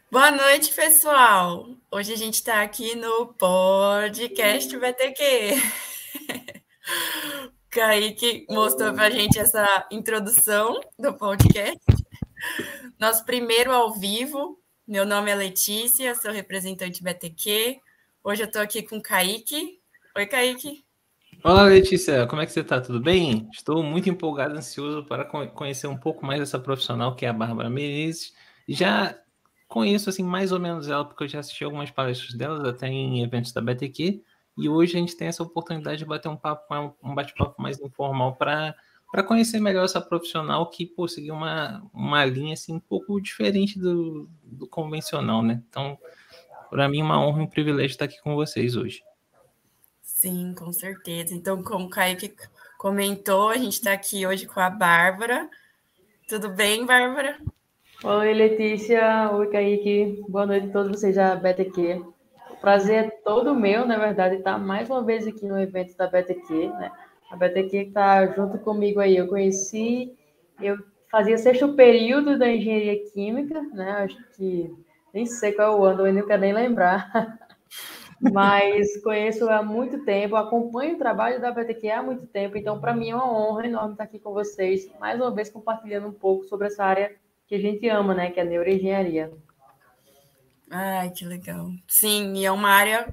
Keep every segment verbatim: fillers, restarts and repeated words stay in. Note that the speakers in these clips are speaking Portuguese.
Boa noite, pessoal. Hoje a gente está aqui no podcast B T Q. Kaique mostrou para a gente essa introdução do podcast. Nosso primeiro ao vivo. Meu nome é Letícia, sou representante B T Q. Hoje eu estou aqui com o Kaique. Oi, Kaique. Olá, Letícia, como é que você está? Tudo bem? Estou muito empolgado, ansioso para conhecer um pouco mais dessa profissional que é a Bárbara Menezes. Já conheço assim mais ou menos ela, porque eu já assisti algumas palestras delas, até em eventos da B T Q, e hoje a gente tem essa oportunidade de bater um papo, um bate-papo mais informal para para conhecer melhor essa profissional que conseguiu uma, uma linha assim um pouco diferente do, do convencional, né? Então, para mim, uma honra e um privilégio estar aqui com vocês hoje. Sim, com certeza. Então, como o Kaique comentou, a gente está aqui hoje com a Bárbara. Tudo bem, Bárbara? Oi, Letícia. Oi, Kaique. Boa noite a todos vocês da B T Q. O prazer é todo meu, na verdade, estar mais uma vez aqui no evento da B T Q, né? A B T Q está junto comigo aí. Eu conheci, eu fazia sexto período da engenharia química, né? Acho que nem sei qual é o ano, eu não quero nem lembrar. Mas conheço há muito tempo, acompanho o trabalho da B T Q há muito tempo, então para mim é uma honra enorme estar aqui com vocês, mais uma vez compartilhando um pouco sobre essa área que a gente ama, né, que é a neuroengenharia. Ai, que legal. Sim, e é uma área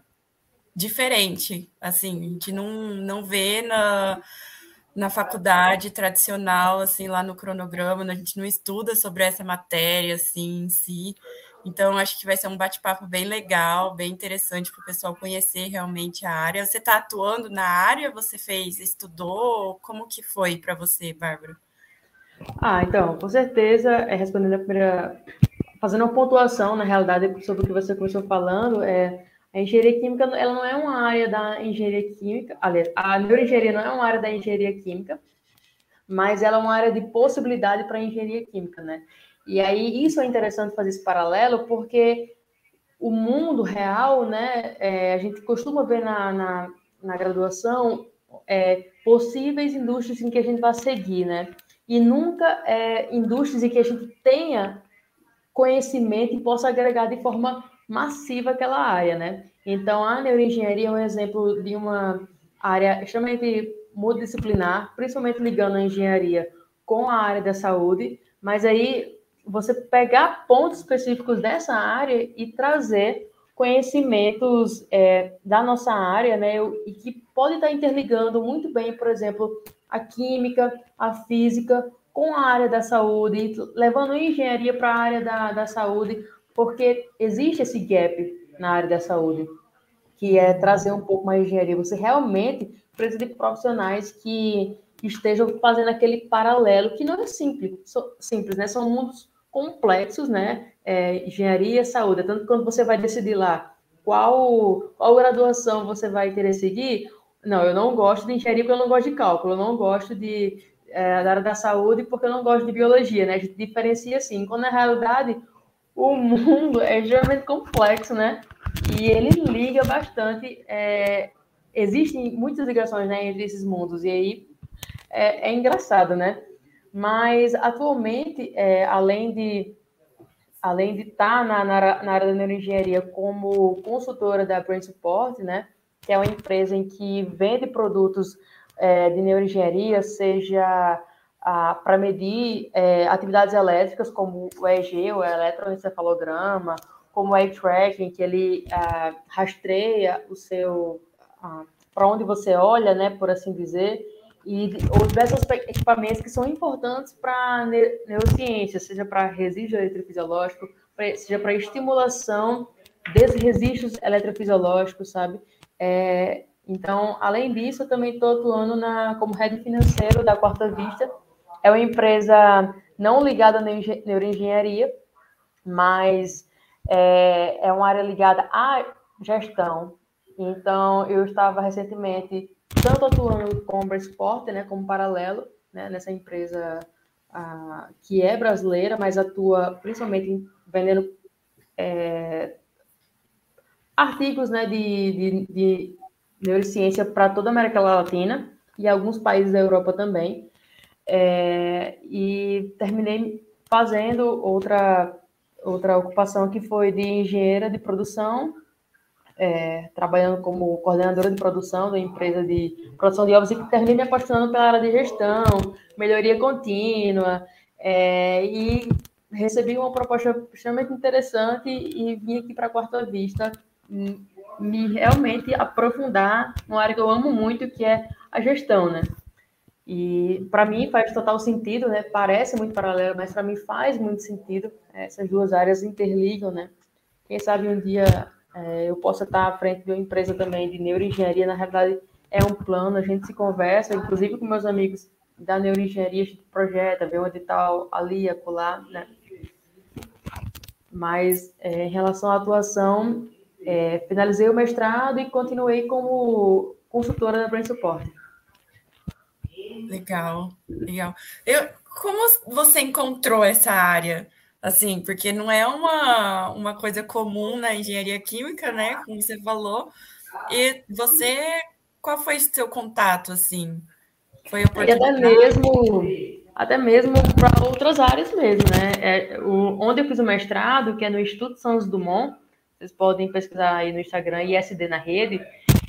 diferente, assim, a gente não, não vê na, na faculdade tradicional, assim, lá no cronograma, a gente não estuda sobre essa matéria, assim, em si. Então, acho que vai ser um bate-papo bem legal, bem interessante para o pessoal conhecer realmente a área. Você está atuando na área? Você fez, estudou? Como que foi para você, Bárbara? Ah, então, com certeza, é, respondendo a primeira, fazendo uma pontuação, na realidade, sobre o que você começou falando, é, a engenharia química, ela não é uma área da engenharia química, aliás, a neuroengenharia não é uma área da engenharia química, mas ela é uma área de possibilidade para a engenharia química, né? E aí, isso é interessante fazer esse paralelo, porque o mundo real, né, é, a gente costuma ver na, na, na graduação é, possíveis indústrias em que a gente vai seguir, né? E nunca é, indústrias em que a gente tenha conhecimento e possa agregar de forma massiva aquela área, né? Então, a neuroengenharia é um exemplo de uma área extremamente multidisciplinar, principalmente ligando a engenharia com a área da saúde, mas aí você pegar pontos específicos dessa área e trazer conhecimentos é, da nossa área, né, e que pode estar interligando muito bem, por exemplo, a química, a física, com a área da saúde, levando a engenharia para a área da, da saúde, porque existe esse gap na área da saúde, que é trazer um pouco mais de engenharia. Você realmente precisa de profissionais que estejam fazendo aquele paralelo, que não é simples, simples, né? São mundos complexos, né? É, engenharia e saúde. Tanto que quando você vai decidir lá qual, qual graduação você vai querer seguir, não, eu não gosto de engenharia porque eu não gosto de cálculo, eu não gosto de é, da área da saúde porque eu não gosto de biologia, né? A gente diferencia assim, quando na realidade o mundo é geralmente complexo, né? E ele liga bastante. É, existem muitas ligações, né, entre esses mundos, e aí é, é engraçado, né? Mas atualmente, é, além de além de estar na, na, na área da neuroengenharia como consultora da Brain Support, né, que é uma empresa em que vende produtos é, de neuroengenharia, seja para medir é, atividades elétricas, como o E E G, o eletroencefalograma, como o eye tracking, que ele é, rastreia o seu para onde você olha, né, por assim dizer, e ou diversos equipamentos que são importantes para a neurociência, seja para registro eletrofisiológico, seja para estimulação desses registros eletrofisiológicos, sabe? É, então, além disso, eu também estou atuando na, como head financeiro da Quarta Vista. É uma empresa não ligada à neuroengenharia, mas é, é uma área ligada à gestão. Então, eu estava recentemente tanto atuando com o Sport, né, como paralelo, né, nessa empresa ah, que é brasileira, mas atua principalmente vendendo é, artigos, né, de, de, de neurociência para toda a América Latina e alguns países da Europa também. É, e terminei fazendo outra outra ocupação que foi de engenheira de produção, é, trabalhando como coordenadora de produção da empresa de produção de ovos, e terminei me apaixonando pela área de gestão, melhoria contínua, é, e recebi uma proposta extremamente interessante e vim aqui para a Quarta Vista me realmente aprofundar numa área que eu amo muito, que é a gestão, né? E para mim faz total sentido, né? Parece muito paralelo, mas para mim faz muito sentido. Essas duas áreas interligam, né? Quem sabe um dia é, eu possa estar à frente de uma empresa também de neuroengenharia. Na realidade, é um plano, a gente se conversa, inclusive com meus amigos da neuroengenharia, a gente projeta, vê onde está ali, acolá, né? Mas é, em relação à atuação, é, finalizei o mestrado e continuei como consultora da Brain Support. Legal, legal. Eu, como você encontrou essa área? Assim, porque não é uma, uma coisa comum na engenharia química, né? Como você falou. E você, qual foi o seu contato, assim? Foi E até oportunidade? mesmo, até mesmo para outras áreas mesmo, né? É, o, onde eu fiz o mestrado, que é no Instituto Santos Dumont, vocês podem pesquisar aí no Instagram, I S D na rede,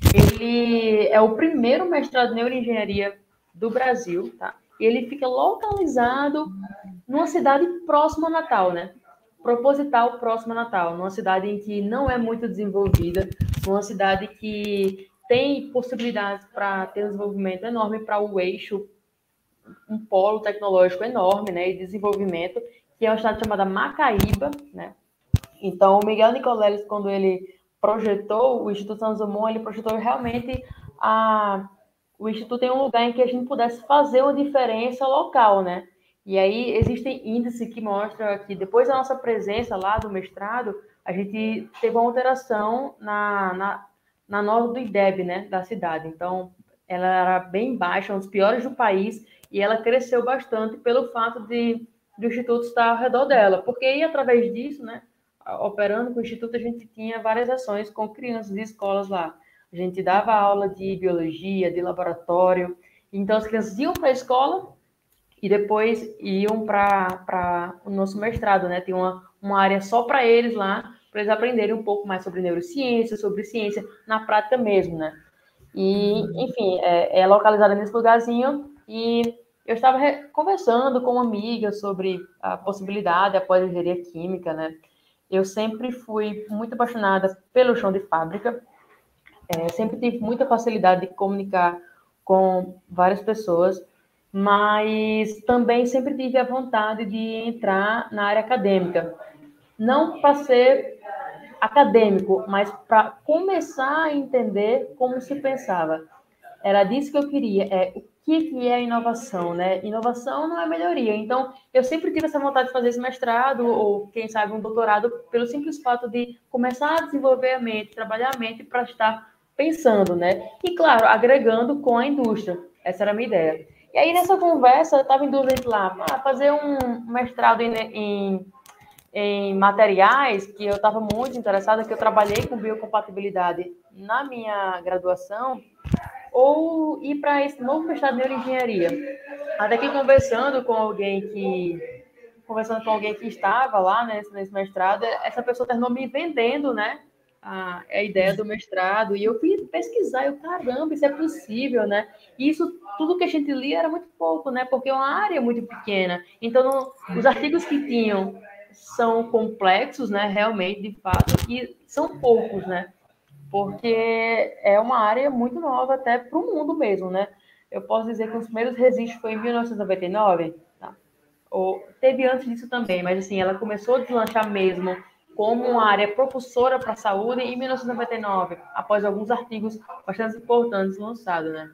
ele é o primeiro mestrado em neuroengenharia do Brasil, tá? E ele fica localizado numa cidade próxima a Natal, né? Proposital próxima a Natal, numa cidade em que não é muito desenvolvida, numa cidade que tem possibilidades para ter um desenvolvimento enorme para o eixo, um polo tecnológico enorme, né, e desenvolvimento, que é uma cidade chamada Macaíba, né? Então, o Miguel Nicoleles, quando ele projetou o Instituto Santos Dumont, ele projetou realmente a, o Instituto em um lugar em que a gente pudesse fazer uma diferença local, né? E aí existem índices que mostram que depois da nossa presença lá do mestrado, a gente teve uma alteração na, na, na nota do I D E B, né, da cidade. Então, ela era bem baixa, um dos piores do país, e ela cresceu bastante pelo fato de, de o Instituto estar ao redor dela. Porque aí, através disso, né, operando com o Instituto, a gente tinha várias ações com crianças de escolas lá. A gente dava aula de biologia, de laboratório. Então, as crianças iam para a escola e depois iam para o nosso mestrado, né? Tem uma, uma área só para eles lá, para eles aprenderem um pouco mais sobre neurociência, sobre ciência, na prática mesmo, né? E, enfim, é, é localizada nesse lugarzinho e eu estava conversando com uma amiga sobre a possibilidade após a engenharia química, né? Eu sempre fui muito apaixonada pelo chão de fábrica, é, sempre tive muita facilidade de comunicar com várias pessoas, mas também sempre tive a vontade de entrar na área acadêmica. Não para ser acadêmico, mas para começar a entender como se pensava. Era disso que eu queria, é o que, que é inovação, né? Inovação não é melhoria. Então, eu sempre tive essa vontade de fazer esse mestrado, ou quem sabe um doutorado, pelo simples fato de começar a desenvolver a mente, trabalhar a mente para estar pensando, né? E, claro, agregando com a indústria. Essa era a minha ideia. E aí, nessa conversa, eu estava em dúvida entre lá, ah, fazer um mestrado em, em, em materiais, que eu estava muito interessada, que eu trabalhei com biocompatibilidade na minha graduação, ou ir para esse novo mestrado de neuroengenharia. Até que conversando com alguém que conversando com alguém que estava lá, né, nesse mestrado, essa pessoa terminou me vendendo, né, a, a ideia do mestrado, e eu fui pesquisar, eu, caramba, isso é possível, né? E isso, tudo que a gente lia era muito pouco, né, porque é uma área muito pequena. Então, no, os artigos que tinham são complexos, né, realmente, de fato, e são poucos, né? Porque é uma área muito nova até para o mundo mesmo, né? Eu posso dizer que os primeiros registros foi em mil novecentos e noventa e nove, tá? Ou teve antes disso também, mas assim, ela começou a deslanchar mesmo como uma área propulsora para a saúde em mil novecentos e noventa e nove, após alguns artigos bastante importantes lançados, né?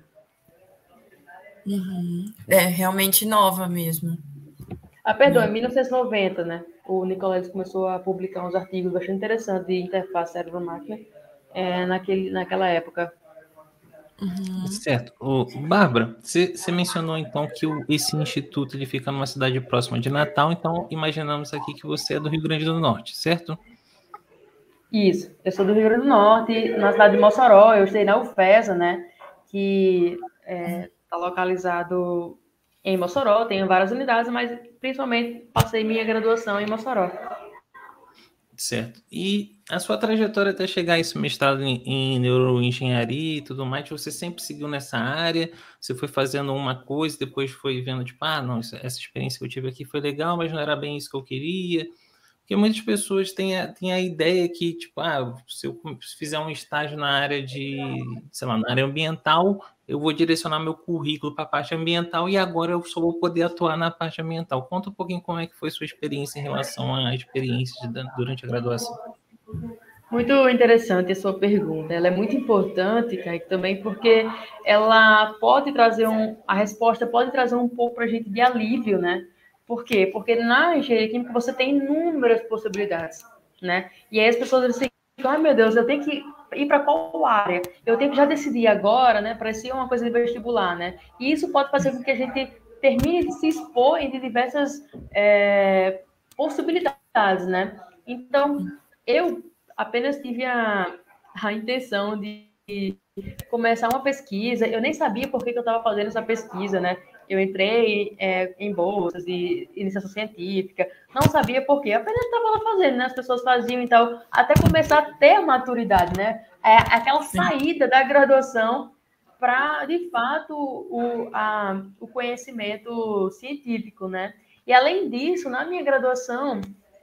Uhum. É realmente nova mesmo. Ah, perdão, em mil novecentos e noventa, né? O Nicoleles começou a publicar uns artigos bastante interessantes de interface cérebro-máquina é, naquele, naquela época. Uhum. Certo. Ô, Bárbara, você mencionou então que o, esse instituto ele fica numa cidade próxima de Natal, então imaginamos aqui que você é do Rio Grande do Norte, certo? Isso, eu sou do Rio Grande do Norte, na cidade de Mossoró, eu estudei na UFESA, né, que está é, localizado em Mossoró, tem várias unidades, mas principalmente passei minha graduação em Mossoró. Certo. E a sua trajetória até chegar a esse mestrado em, em neuroengenharia e tudo mais, você sempre seguiu nessa área? Você foi fazendo uma coisa, depois foi vendo, tipo, ah, não, essa, essa experiência que eu tive aqui foi legal, mas não era bem isso que eu queria. Porque muitas pessoas têm a, têm a ideia que, tipo, ah, se eu fizer um estágio na área de, sei lá, na área ambiental, eu vou direcionar meu currículo para a parte ambiental e agora eu só vou poder atuar na parte ambiental. Conta um pouquinho como é que foi sua experiência em relação à experiência de, durante a graduação. Muito interessante a sua pergunta. Ela é muito importante, Kaique, também porque ela pode trazer um... A resposta pode trazer um pouco para a gente de alívio, né? Por quê? Porque na engenharia química você tem inúmeras possibilidades, né? E aí as pessoas dizem, ai meu Deus, eu tenho que ir para qual área? Eu tenho que já decidir agora, né? Para ser uma coisa de vestibular, né? E isso pode fazer com que a gente termine de se expor entre diversas é, possibilidades, né? Então, eu apenas tive a, a intenção de começar uma pesquisa. Eu nem sabia por que, que eu estava fazendo essa pesquisa, né? Eu entrei é, em bolsas de iniciação científica, não sabia por quê, apenas estava lá fazendo, né? As pessoas faziam, então, até começar a ter maturidade, né? É, aquela saída da graduação para, de fato, o, a, o conhecimento científico, né? E, além disso, na minha graduação,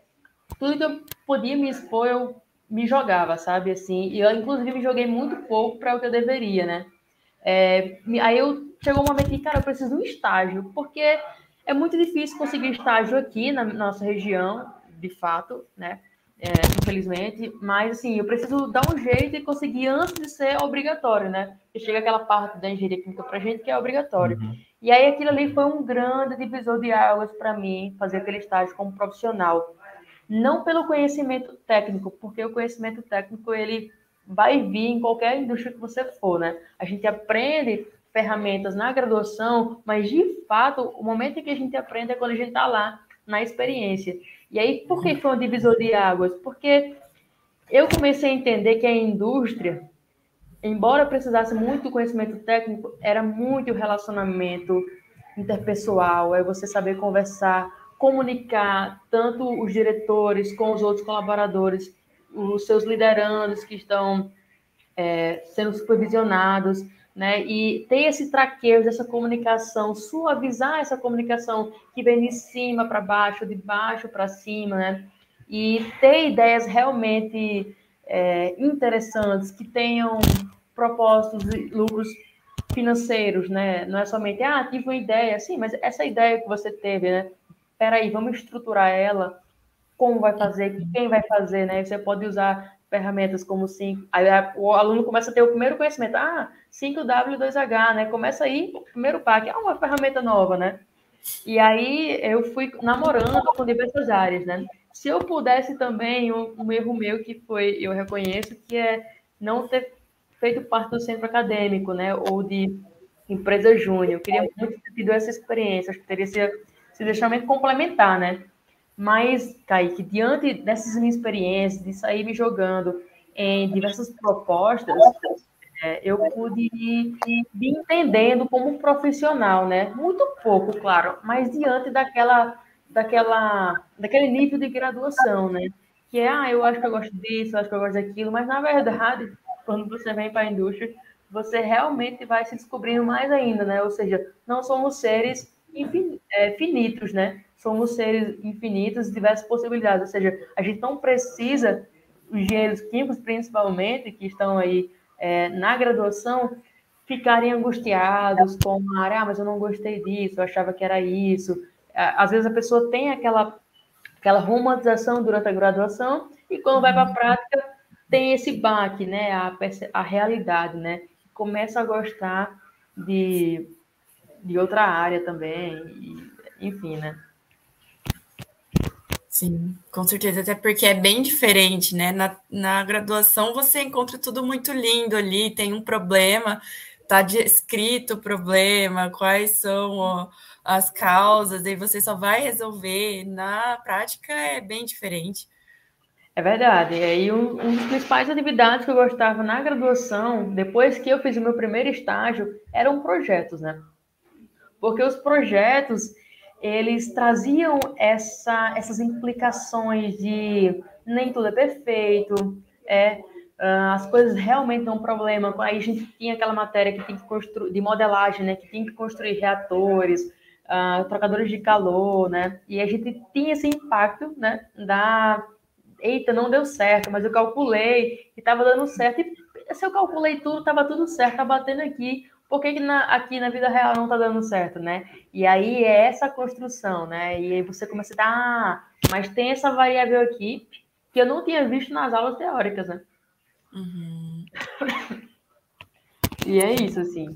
tudo que eu podia me expor, eu me jogava, sabe? Assim, e eu, inclusive, me joguei muito pouco para o que eu deveria, né? É, aí eu chegou um momento que, cara, eu preciso de um estágio, porque é muito difícil conseguir estágio aqui na nossa região, de fato, né? É, infelizmente, mas assim, eu preciso dar um jeito e conseguir antes de ser obrigatório, né? E chega aquela parte da engenharia química pra gente que é obrigatório. Uhum. E aí aquilo ali foi um grande divisor de águas para mim, fazer aquele estágio como profissional. Não pelo conhecimento técnico, porque o conhecimento técnico, ele vai vir em qualquer indústria que você for, né? A gente aprende ferramentas na graduação, mas, de fato, o momento em que a gente aprende é quando a gente está lá, na experiência. E aí, por que foi um divisor de águas? Porque eu comecei a entender que a indústria, embora precisasse muito do conhecimento técnico, era muito o relacionamento interpessoal, é você saber conversar, comunicar tanto os diretores com os outros colaboradores, os seus liderandos que estão é, sendo supervisionados, né? E ter esse traqueio dessa comunicação, suavizar essa comunicação que vem de cima para baixo, de baixo para cima, né? E ter ideias realmente é, interessantes, que tenham propósitos e lucros financeiros, né? Não é somente, ah, tive uma ideia, sim, mas essa ideia que você teve, né? Peraí, vamos estruturar ela, como vai fazer, quem vai fazer, né? Você pode usar ferramentas como cinco, aí o aluno começa a ter o primeiro conhecimento, ah, cinco W dois H, né? Começa aí o primeiro pack, ah, uma ferramenta nova, né? E aí eu fui namorando com diversas áreas, né? Se eu pudesse também, um, um erro meu que foi, eu reconheço, que é não ter feito parte do centro acadêmico, né? Ou de empresa júnior. Eu queria muito ter tido essa experiência, acho que teria sido, sido extremamente complementar, né? Mas, Kaique, diante dessas minhas experiências, de sair me jogando em diversas propostas, é, eu pude ir, ir entendendo como profissional, né? Muito pouco, claro, mas diante daquela, daquela, daquele nível de graduação, né? Que é, ah, eu acho que eu gosto disso, eu acho que eu gosto daquilo, mas, na verdade, quando você vem para a indústria, você realmente vai se descobrindo mais ainda, né? Ou seja, não somos seres infin, é, finitos, né? Somos seres infinitos, diversas possibilidades. Ou seja, a gente não precisa, os engenheiros químicos, principalmente, que estão aí é, na graduação, ficarem angustiados com a área, ah, mas eu não gostei disso, eu achava que era isso. Às vezes a pessoa tem aquela, aquela romantização durante a graduação e quando vai para a prática tem esse baque, né? A, a realidade, né? Começa a gostar de, de outra área também, e, enfim, né? Sim, com certeza, até porque é bem diferente, né? Na, na graduação você encontra tudo muito lindo ali, tem um problema, tá descrito o problema, quais são ó, as causas, e você só vai resolver. Na prática é bem diferente. É verdade. E aí, um, um dos principais atividades que eu gostava na graduação, depois que eu fiz o meu primeiro estágio, eram projetos, né? Porque os projetos, eles traziam essa, essas implicações de nem tudo é perfeito, é, uh, as coisas realmente são um problema. Aí a gente tinha aquela matéria que tem que construir, de modelagem, né, que tem que construir reatores, uh, trocadores de calor, né, e a gente tinha esse impacto, né, da, eita, não deu certo, mas eu calculei e estava dando certo, e se eu calculei tudo, estava tudo certo, tá batendo aqui, por que, que na, aqui na vida real não tá dando certo, né? E aí é essa construção, né? E aí você começa a dar, ah, mas tem essa variável aqui que eu não tinha visto nas aulas teóricas, né? Uhum. E é isso, assim.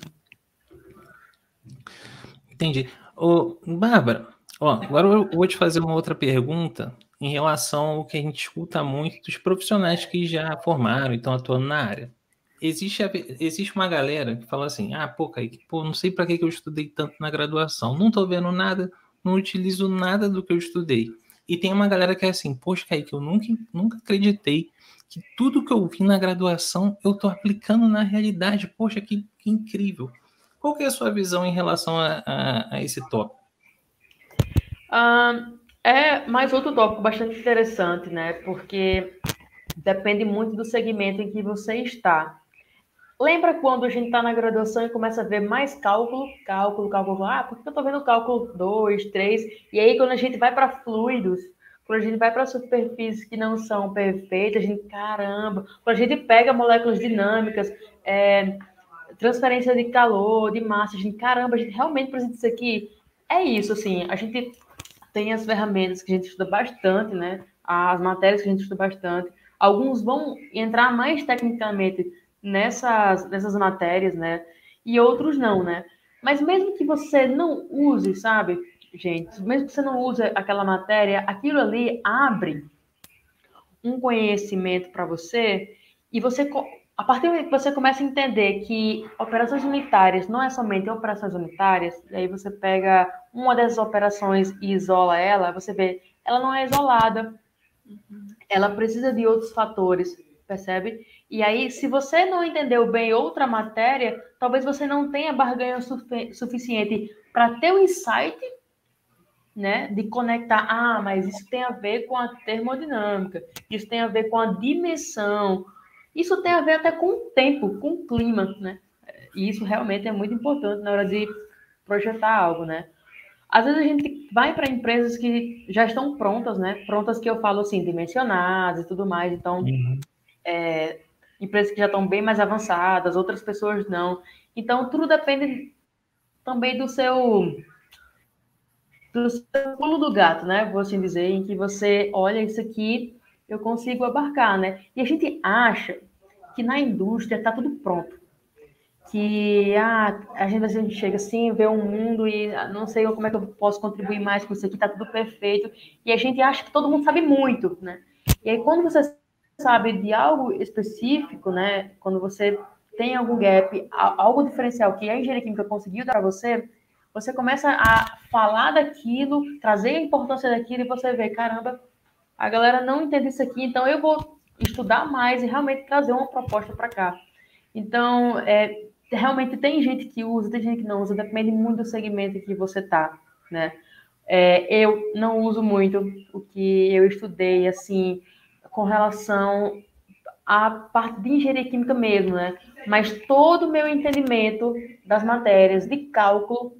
Entendi. Ô, Bárbara, ó, agora eu vou te fazer uma outra pergunta em relação ao que a gente escuta muito dos profissionais que já formaram e estão atuando na área. Existe, a- existe uma galera que fala assim, ah, pô, Kaique, pô, não sei para que que eu estudei tanto na graduação, não tô vendo nada, não utilizo nada do que eu estudei. E tem uma galera que é assim, poxa, Kaique, eu nunca, nunca acreditei que tudo que eu vi na graduação eu tô aplicando na realidade, poxa, que, que incrível. Qual que é a sua visão em relação a, a, a esse tópico? Ah, é mais outro tópico bastante interessante, né? Porque depende muito do segmento em que você está. Lembra quando a gente está na graduação e começa a ver mais cálculo, cálculo, cálculo, ah, por que eu estou vendo cálculo dois, três? E aí quando a gente vai para fluidos, quando a gente vai para superfícies que não são perfeitas, a gente, caramba, quando a gente pega moléculas dinâmicas, é, transferência de calor, de massa, a gente, caramba, a gente realmente precisa disso aqui? É isso, assim, a gente tem as ferramentas que a gente estuda bastante, né? As matérias que a gente estuda bastante. Alguns vão entrar mais tecnicamente nessas, nessas matérias, né? E outros não, né? Mas mesmo que você não use, sabe, gente, mesmo que você não use aquela matéria, aquilo ali abre um conhecimento para você e você, a partir do momento que você começa a entender que operações unitárias não é somente operações unitárias, e aí você pega uma dessas operações e isola ela, você vê, ela não é isolada, ela precisa de outros fatores, percebe? E aí, se você não entendeu bem outra matéria, talvez você não tenha barganha suficiente para ter o insight, né, de conectar, ah, mas isso tem a ver com a termodinâmica, isso tem a ver com a dimensão, isso tem a ver até com o tempo, com o clima, né? E isso realmente é muito importante na hora de projetar algo, né? Às vezes a gente vai para empresas que já estão prontas, né? Prontas que eu falo assim, dimensionadas e tudo mais, então, uhum. é, empresas que já estão bem mais avançadas, outras pessoas não. Então, tudo depende também do seu do seu pulo do gato, né? Vou assim dizer, em que você olha isso aqui, eu consigo abarcar, né? E a gente acha que na indústria está tudo pronto. Que ah, a, gente, a gente chega assim, vê um mundo e ah, não sei como é que eu posso contribuir mais com isso aqui, está tudo perfeito. E a gente acha que todo mundo sabe muito, né? E aí quando você sabe de algo específico, né? Quando você tem algum gap, algo diferencial que a engenharia química conseguiu dar para você, você começa a falar daquilo, trazer a importância daquilo e você vê, caramba, a galera não entende isso aqui, então eu vou estudar mais e realmente trazer uma proposta para cá. Então, é, realmente tem gente que usa, tem gente que não usa, depende muito do segmento que você tá, né? É, eu não uso muito o que eu estudei, assim, com relação à parte de engenharia química mesmo, né? Mas todo o meu entendimento das matérias de cálculo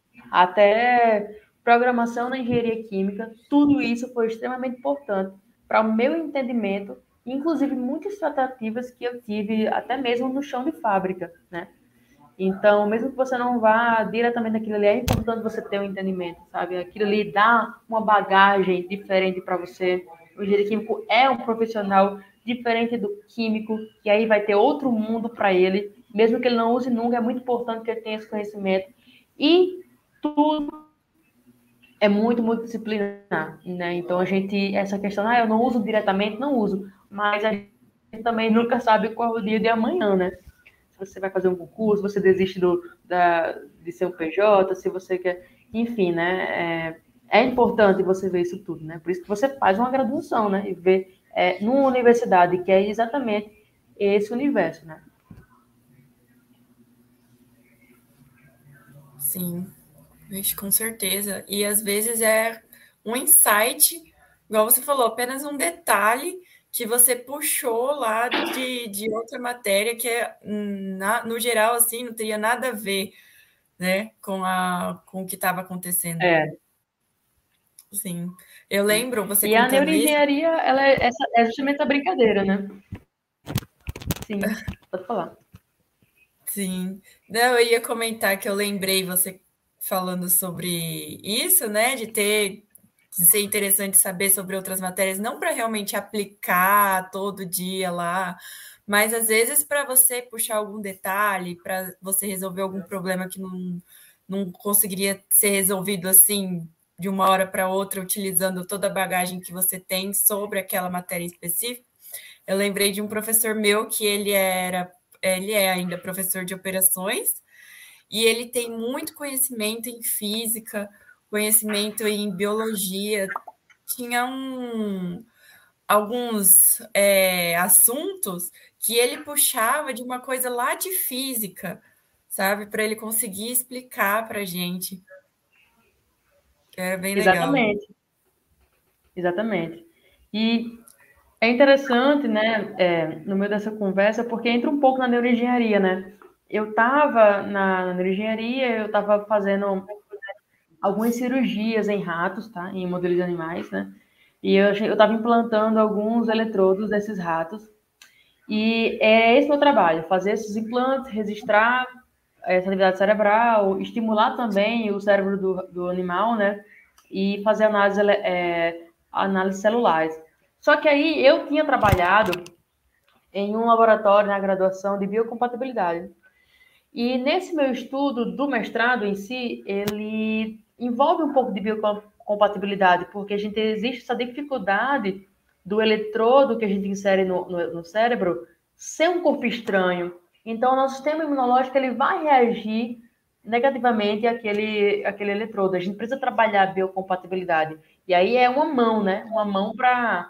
até programação na engenharia química, tudo isso foi extremamente importante para o meu entendimento, inclusive muitas tratativas que eu tive até mesmo no chão de fábrica, né? Então, mesmo que você não vá diretamente naquilo ali, é importante você ter um entendimento, sabe? Aquilo ali dá uma bagagem diferente para você. O engenheiro químico é um profissional diferente do químico, que aí vai ter outro mundo para ele, mesmo que ele não use nunca, é muito importante que ele tenha esse conhecimento. E tudo é muito multidisciplinar, né? Então a gente, essa questão, ah, eu não uso diretamente, não uso, mas a gente também nunca sabe qual é o dia de amanhã, né? Se você vai fazer um concurso, você desiste do, da, de ser um P J, se você quer, enfim, né? É, é importante você ver isso tudo, né? Por isso que você faz uma graduação, né? E ver é, numa universidade que é exatamente esse universo, né? Sim. Vixe, com certeza. E às vezes é um insight, igual você falou, apenas um detalhe que você puxou lá de, de outra matéria que é, na, no geral, assim, não teria nada a ver, né, com, a, com o que estava acontecendo. É. Sim. Eu lembro você E a contando isso. neuroengenharia, ela é, essa, é justamente a brincadeira, né? Sim, pode falar. Sim. Não, eu ia comentar que eu lembrei você falando sobre isso, né? De ter de ser interessante saber sobre outras matérias, não para realmente aplicar todo dia lá, mas às vezes para você puxar algum detalhe, para você resolver algum problema que não, não conseguiria ser resolvido assim de uma hora para outra, utilizando toda a bagagem que você tem sobre aquela matéria específica. Eu lembrei de um professor meu que ele era, ele é ainda professor de operações, e ele tem muito conhecimento em física, conhecimento em biologia. Tinha um, alguns é, assuntos que ele puxava de uma coisa lá de física, sabe? Para ele conseguir explicar para a gente. Era bem legal. Exatamente, exatamente. E é interessante, né, é, no meio dessa conversa, porque entra um pouco na neuroengenharia, né? Eu estava na, na neuroengenharia, eu estava fazendo algumas cirurgias em ratos, tá? Em modelos de animais, né? E eu estava implantando alguns eletrodos desses ratos. E é esse meu trabalho, fazer esses implantes, registrar essa atividade cerebral, estimular também o cérebro do, do animal, né? E fazer análise, é, análise celulares. Só que aí eu tinha trabalhado em um laboratório na graduação de biocompatibilidade. E nesse meu estudo do mestrado em si, ele envolve um pouco de biocompatibilidade, porque a gente existe essa dificuldade do eletrodo que a gente insere no, no, no cérebro ser um corpo estranho. Então, o nosso sistema imunológico ele vai reagir negativamente àquele, àquele eletrodo. A gente precisa trabalhar a biocompatibilidade. E aí é uma mão, né? Uma mão para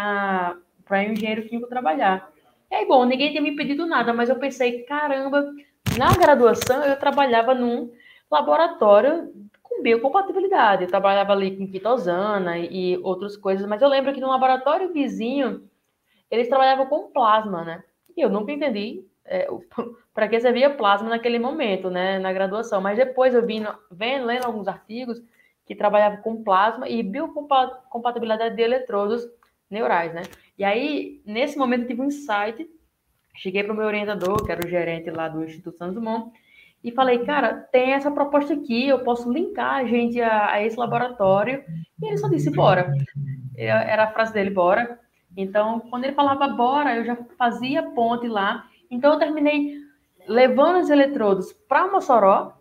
o engenheiro químico trabalhar. E aí, bom, ninguém tinha me pedido nada, mas eu pensei, caramba, na graduação eu trabalhava num laboratório com biocompatibilidade. Eu trabalhava ali com quitosana e outras coisas, mas eu lembro que no laboratório vizinho eles trabalhavam com plasma, né? E eu nunca entendi é, para que servia plasma naquele momento, né, na graduação. Mas depois eu vim vendo, lendo alguns artigos que trabalhavam com plasma e biocompatibilidade de eletrodos neurais, né? E aí, nesse momento, eu tive um insight. Cheguei para o meu orientador, que era o gerente lá do Instituto Santos Dumont, e falei, cara, tem essa proposta aqui, eu posso linkar a gente a, a esse laboratório. E ele só disse, bora. Era a frase dele, bora. Então, quando ele falava bora, eu já fazia ponte lá. Então, eu terminei levando os eletrodos para Mossoró,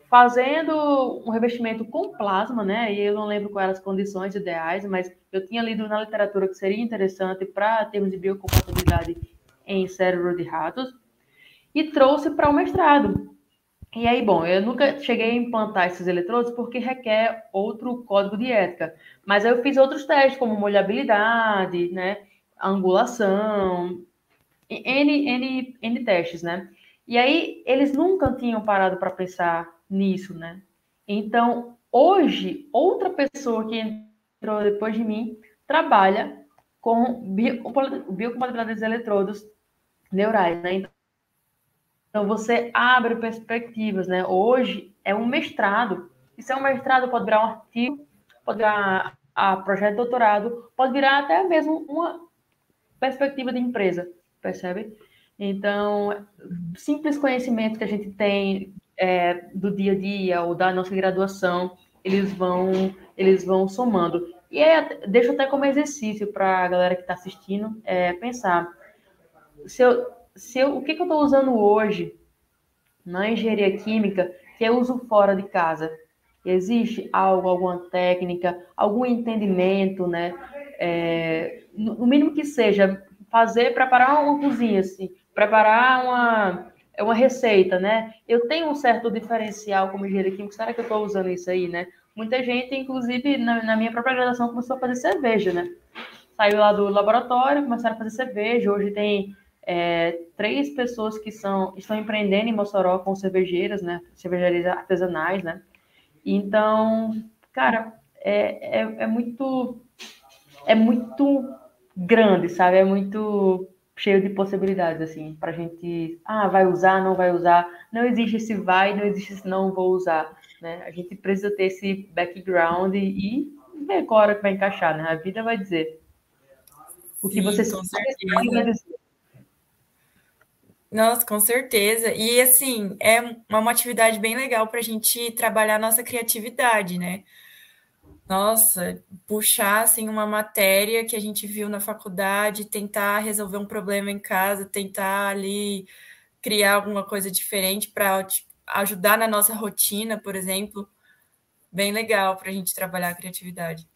fazendo um revestimento com plasma, né? E eu não lembro quais eram as condições ideais, mas eu tinha lido na literatura que seria interessante para termos de biocompatibilidade em cérebro de ratos, e trouxe para o mestrado. E aí, bom, eu nunca cheguei a implantar esses eletrodos porque requer outro código de ética. Mas aí eu fiz outros testes, como molhabilidade, né, angulação, N, N, N testes, né? E aí, eles nunca tinham parado para pensar nisso, né? Então, hoje, outra pessoa que entrou depois de mim trabalha com biocompatibilidade dos eletrodos neurais, né? Então, você abre perspectivas, né? Hoje é um mestrado. Isso é um mestrado, pode virar um artigo, pode virar a projeto de doutorado, pode virar até mesmo uma perspectiva de empresa, percebe? Então, simples conhecimento que a gente tem é, do dia a dia ou da nossa graduação, eles vão, eles vão somando. E é, deixo até como exercício para a galera que está assistindo é, pensar. Se eu, se eu, o que, que eu estou usando hoje na engenharia química que eu uso fora de casa? Existe algo, alguma técnica, algum entendimento, né? É, no mínimo que seja, fazer, preparar uma cozinha, assim, preparar uma, uma receita, né? Eu tenho um certo diferencial como engenheiro químico, será que eu estou usando isso aí, né? Muita gente, inclusive, na, na minha própria graduação, começou a fazer cerveja, né? Saiu lá do laboratório, começaram a fazer cerveja, hoje tem é, três pessoas que são, estão empreendendo em Mossoró com cervejeiras, né? Cervejarias artesanais, né? Então, cara, é, é, é muito é muito grande, sabe? É muito cheio de possibilidades, assim, pra gente, ah, vai usar, não vai usar. Não existe esse vai, não existe esse não vou usar, né? A gente precisa ter esse background e, e ver qual hora que vai encaixar, né? A vida vai dizer. O que você Sim, com sabe vai certeza. dizer. Nossa, com certeza. E assim, é uma, uma atividade bem legal para a gente trabalhar nossa criatividade, né? Nossa, puxar assim uma matéria que a gente viu na faculdade, tentar resolver um problema em casa, tentar ali criar alguma coisa diferente para ajudar na nossa rotina, por exemplo. Bem legal para a gente trabalhar a criatividade.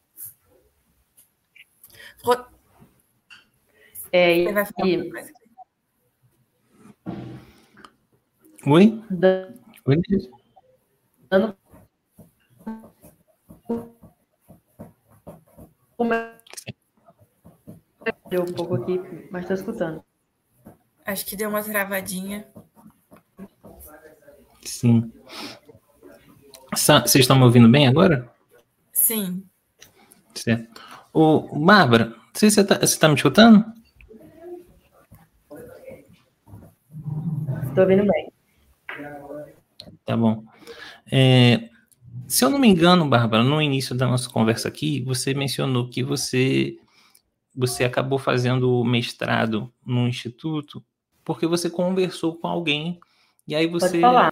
Ro- É, Você vai falar alguma e coisa? Oi? Oi? dando um pouco aqui, mas estou escutando. Acho que deu uma travadinha. Sim. Sa- Vocês estão me ouvindo bem agora? Sim, Certo. Ô, Bárbara, não sei se você está você tá me escutando? Estou ouvindo bem. Tá bom. É, se eu não me engano, Bárbara, no início da nossa conversa aqui, você mencionou que você, você acabou fazendo o mestrado no instituto porque você conversou com alguém e aí Pode você... falar.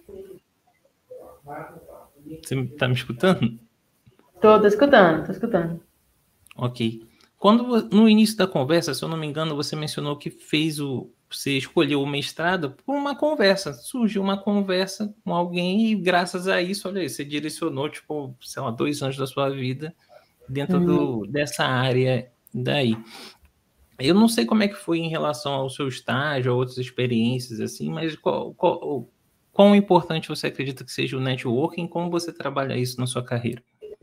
Você está me escutando? Estou escutando, estou escutando. Ok. Quando vo- no início da conversa, se eu não me engano, você mencionou que fez o, você escolheu o mestrado por uma conversa. Surgiu uma conversa com alguém e graças a isso, olha aí, você direcionou, tipo, sei lá, dois anos da sua vida dentro Uhum. do, dessa área daí. Eu não sei como é que foi em relação ao seu estágio, a outras experiências, assim, mas qual, qual, quão importante você acredita que seja o networking? Como você trabalha isso na sua carreira?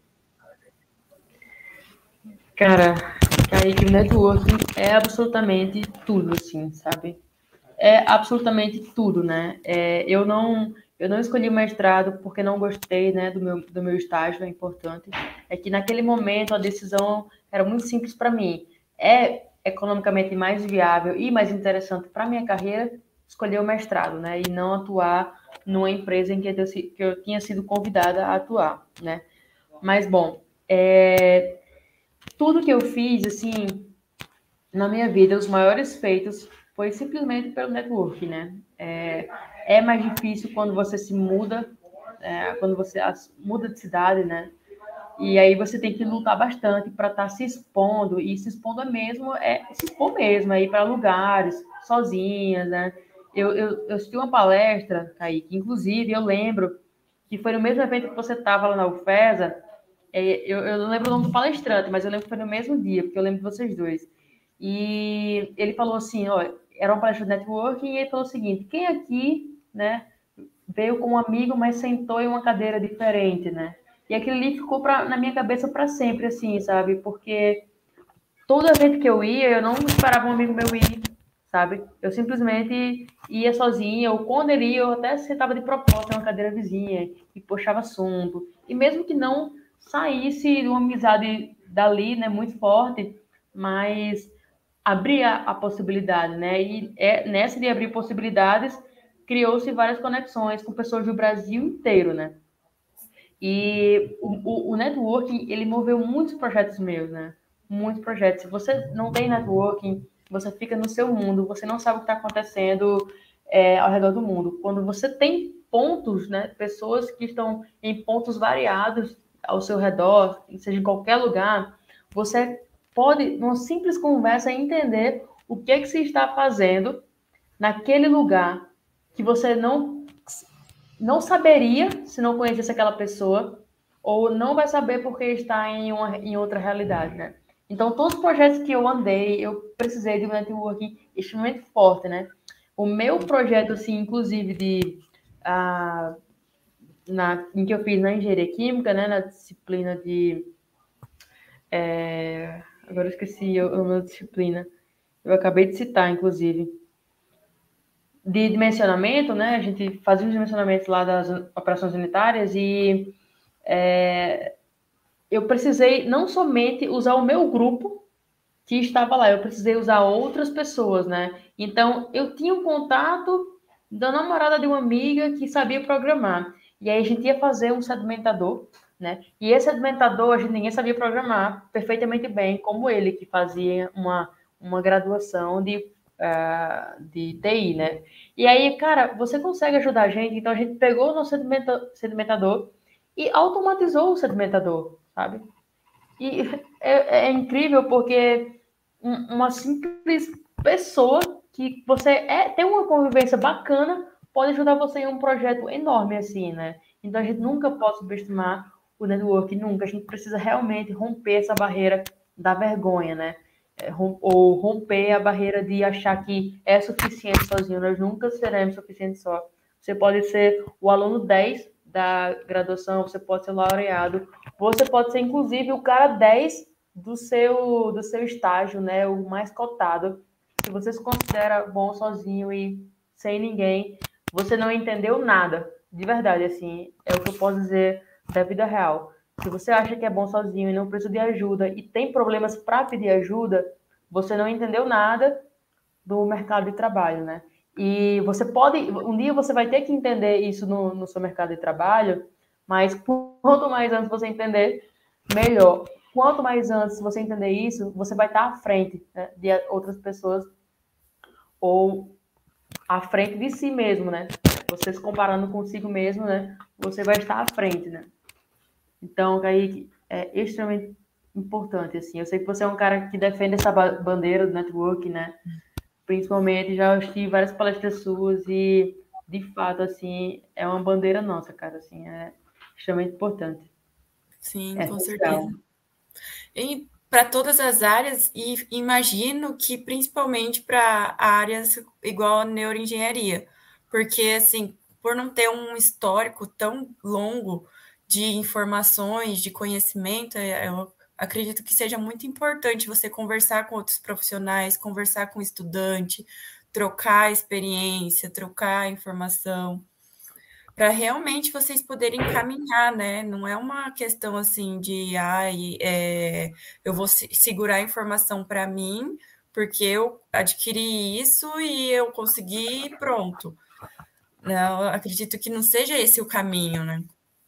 Cara, Kaique, o networking é absolutamente tudo, assim, sabe? É absolutamente tudo, né? É, eu não eu não escolhi o mestrado porque não gostei, né, do meu, do meu estágio, é importante. É que naquele momento a decisão era muito simples para mim. É economicamente mais viável e mais interessante para minha carreira escolher o mestrado, né, e não atuar numa empresa em que eu, que eu tinha sido convidada a atuar, né? Mas bom, é, tudo que eu fiz, assim, na minha vida, os maiores feitos foi simplesmente pelo network, né? É, é mais difícil quando você se muda, é, quando você as- muda de cidade, né? E aí você tem que lutar bastante para estar se expondo, e se expondo é mesmo, é se expor mesmo, é ir para lugares sozinhas, né? Eu, eu, eu assisti uma palestra, Kaique, inclusive eu lembro que foi no mesmo evento que você estava lá na UFESA, é, eu, eu não lembro o nome do palestrante, mas eu lembro que foi no mesmo dia, porque eu lembro de vocês dois. E ele falou assim, ó, era uma palestra de networking, e ele falou o seguinte, quem aqui, né, veio com um amigo, mas sentou em uma cadeira diferente, né? E aquilo ali ficou pra, na minha cabeça para sempre, assim, sabe? Porque toda vez que eu ia, eu não esperava um amigo meu ir, sabe? Eu simplesmente ia sozinha, ou quando ele ia, eu até sentava de propósito em uma cadeira vizinha e puxava assunto. E mesmo que não saísse de uma amizade dali, né, muito forte, mas abria a possibilidade, né? E é, nessa de abrir possibilidades, criou-se várias conexões com pessoas do Brasil inteiro, né? E o, o, o networking, ele moveu muitos projetos meus, né? Muitos projetos. Se você não tem networking, você fica no seu mundo, você não sabe o que está acontecendo é, ao redor do mundo. Quando você tem pontos, né? Pessoas que estão em pontos variados ao seu redor, seja em qualquer lugar, você pode, numa simples conversa, entender o que, é que se está fazendo naquele lugar que você não não saberia se não conhecesse aquela pessoa, ou não vai saber porque está em, uma, em outra realidade, né? Então, todos os projetos que eu andei, eu precisei de um networking extremamente forte, né? O meu projeto, assim, inclusive, de, ah, na, em que eu fiz na engenharia química, né, na disciplina de... É, agora eu esqueci a minha disciplina. Eu acabei de citar, inclusive. De dimensionamento, né? A gente fazia os dimensionamentos lá das operações unitárias e é, eu precisei não somente usar o meu grupo que estava lá, eu precisei usar outras pessoas, né? Então, eu tinha um contato da namorada de uma amiga que sabia programar. E aí a gente ia fazer um sedimentador, né? E esse sedimentador, a gente ninguém sabia programar perfeitamente bem, como ele, que fazia uma, uma graduação de, uh, de T I, né? E aí, cara, você consegue ajudar a gente? Então, a gente pegou o nosso sedimenta- sedimentador e automatizou o sedimentador, sabe? E é, é incrível porque uma simples pessoa que você é, tem uma convivência bacana pode ajudar você em um projeto enorme assim, né? Então a gente nunca pode subestimar o network, nunca. A gente precisa realmente romper essa barreira da vergonha, né? É, rom- ou romper a barreira de achar que é suficiente sozinho. Nós nunca seremos suficientes só. Você pode ser o aluno dez da graduação, você pode ser laureado, você pode ser inclusive o cara dez do seu, do seu estágio, né? O mais cotado. Se você se considera bom sozinho e sem ninguém, você não entendeu nada. De verdade, assim, é o que eu posso dizer da vida real. Se você acha que é bom sozinho e não precisa de ajuda e tem problemas para pedir ajuda, você não entendeu nada do mercado de trabalho, né? E você pode, um dia você vai ter que entender isso no, no seu mercado de trabalho, mas quanto mais antes você entender, melhor. Quanto mais antes você entender isso, você vai estar à frente, né, de outras pessoas ou à frente de si mesmo, né? Você se comparando consigo mesmo, né? Você vai estar à frente, né? Então, Kaique, é extremamente importante, assim. Eu sei que você é um cara que defende essa bandeira do network, né? Principalmente, já assisti várias palestras suas e, de fato, assim, é uma bandeira nossa, cara, assim, é extremamente importante. Sim, É com essencial. certeza. E para todas as áreas, e imagino que principalmente para áreas igual a neuroengenharia, porque, assim, por não ter um histórico tão longo de informações, de conhecimento, eu acredito que seja muito importante você conversar com outros profissionais, conversar com o estudante, trocar experiência, trocar informação, para realmente vocês poderem caminhar, né? Não é uma questão assim de, ai, é, eu vou se- segurar a informação para mim, porque eu adquiri isso e eu consegui, pronto. Não, eu acredito que não seja esse o caminho, né?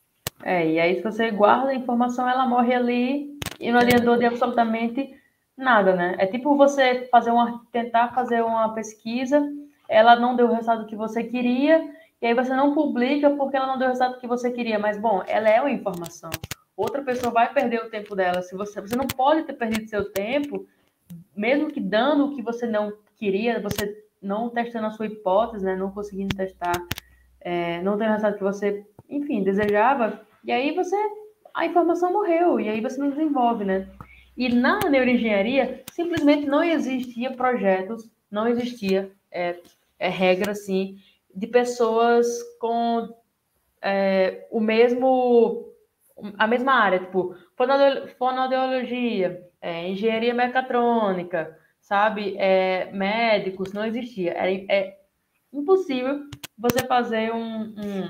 É, e aí se você guarda a informação, ela morre ali e não adiantou de absolutamente nada, né? É tipo você fazer uma, tentar fazer uma pesquisa, ela não deu o resultado que você queria, e aí você não publica porque ela não deu o resultado que você queria. Mas, bom, ela é uma informação. Outra pessoa vai perder o tempo dela. Se você, você não pode ter perdido seu tempo, mesmo que dando o que você não queria, você não testando a sua hipótese, né? Não conseguindo testar, é, não tendo o resultado que você, enfim, desejava, e aí você, a informação morreu, e aí você não desenvolve, né? E na neuroengenharia, simplesmente não existia projetos, não existia é, é, regra, assim, de pessoas com é, o mesmo, a mesma área, tipo, fonoaudiologia, é, engenharia mecatrônica, sabe? É, médicos, não existia. Era, é impossível você fazer um, um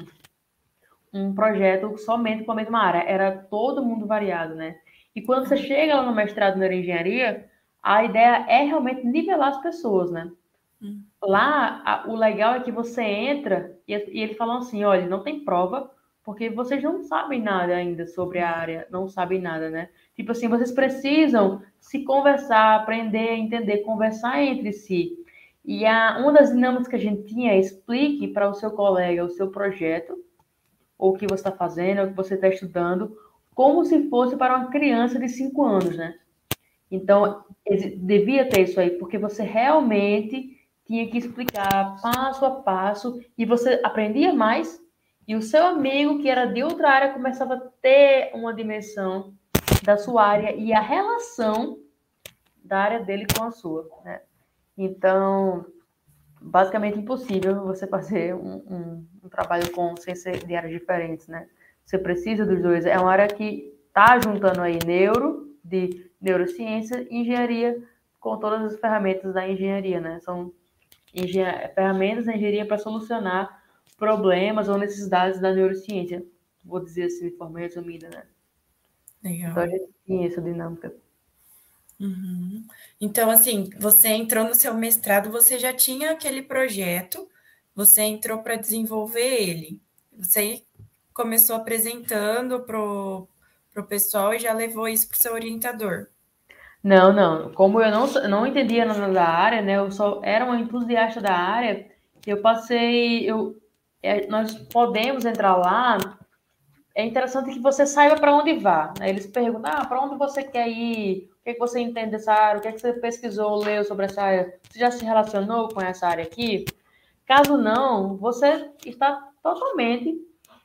um projeto somente com a mesma área, era todo mundo variado, né? E quando você chega lá no mestrado na engenharia, a ideia é realmente nivelar as pessoas, né? Hum. Lá, a, o legal é que você entra e, e eles falam assim, olha, não tem prova, porque vocês não sabem nada ainda sobre a área, não sabem nada, né? Tipo assim, vocês precisam se conversar, aprender, entender, conversar entre si. E a, uma das dinâmicas que a gente tinha é explique para o seu colega o seu projeto, ou o que você está fazendo, ou o que você está estudando, como se fosse para uma criança de cinco anos, né? Então, devia ter isso aí, porque você realmente tinha que explicar passo a passo e você aprendia mais e o seu amigo, que era de outra área, começava a ter uma dimensão da sua área e a relação da área dele com a sua, né? Então, basicamente impossível você fazer um, um, um trabalho com sem ser de áreas diferentes, né? Você precisa dos dois. É uma área que está juntando aí neuro, de neurociência, e engenharia, com todas as ferramentas da engenharia, né? São ferramentas da engenharia para solucionar problemas ou necessidades da neurociência. vou dizer assim, de forma resumida, né? Legal. Então, a gente tinha essa dinâmica. Uhum. Então, assim, você entrou no seu mestrado, você já tinha aquele projeto, você entrou para desenvolver ele. Você começou apresentando para o pessoal e já levou isso para o seu orientador. Não, não. Como eu não, não entendia nada da área, né? Eu só era uma entusiasta da área. Eu passei, eu, é, nós podemos entrar lá. É interessante que você saiba para onde vá, né? Eles perguntam, ah, para onde você quer ir? O que, é que você entende dessa área? O que, é que você pesquisou, leu sobre essa área? Você já se relacionou com essa área aqui? Caso não, você está totalmente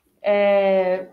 é,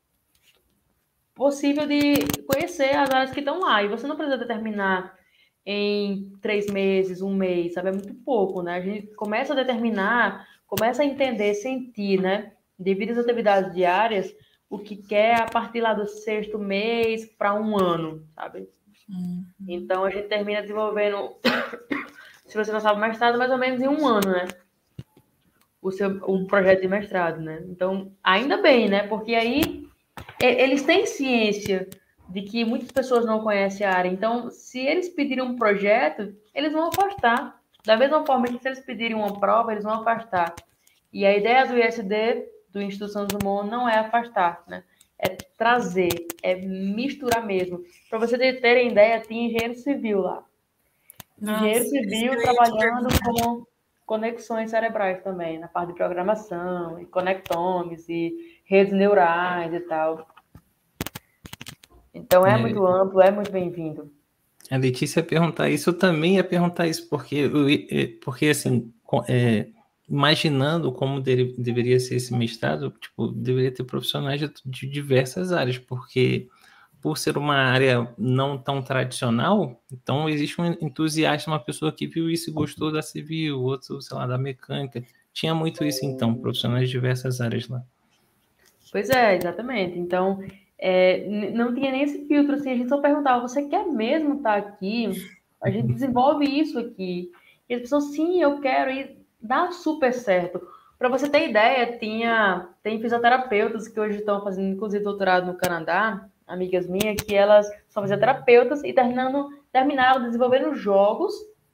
possível de conhecer as áreas que estão lá. E você não precisa determinar em três meses, um mês, sabe? É muito pouco, né? A gente começa a determinar, começa a entender, sentir, né? Devido às atividades diárias, o que quer a partir lá do sexto mês para um ano, sabe? Uhum. Então, a gente termina desenvolvendo, se você não sabe, mestrado, mais ou menos em um ano, né? O seu o projeto de mestrado, né? Então, ainda bem, né? Porque aí eles têm ciência de que muitas pessoas não conhecem a área. Então, se eles pedirem um projeto, eles vão afastar. Da mesma forma que se eles pedirem uma prova, eles vão afastar. E a ideia do I S D, do Instituto Santos Dumont, não é afastar, né? É trazer, é misturar mesmo. Para vocês terem ideia, tinha engenheiro civil lá. Nossa, engenheiro civil trabalhando com conexões cerebrais também, na parte de programação, e conectomes, e redes neurais e tal. Então, é, é muito amplo, é muito bem-vindo. A Letícia ia perguntar isso, eu também ia perguntar isso, porque, porque assim, é, imaginando como dele, deveria ser esse mestrado, tipo, deveria ter profissionais de, de diversas áreas, porque por ser uma área não tão tradicional, então existe um entusiasta, uma pessoa que viu isso e gostou da civil, outro, sei lá, da mecânica. Tinha muito isso, então, profissionais de diversas áreas lá. Pois é, exatamente. Então, é, não tinha nem esse filtro, assim, a gente só perguntava, você quer mesmo estar aqui? A gente desenvolve isso aqui. E as pessoas, sim, eu quero, e dá super certo. Para você ter ideia, tinha, tem fisioterapeutas que hoje estão fazendo, inclusive, doutorado no Canadá, amigas minhas, que elas são fisioterapeutas e terminando, terminaram desenvolvendo jogos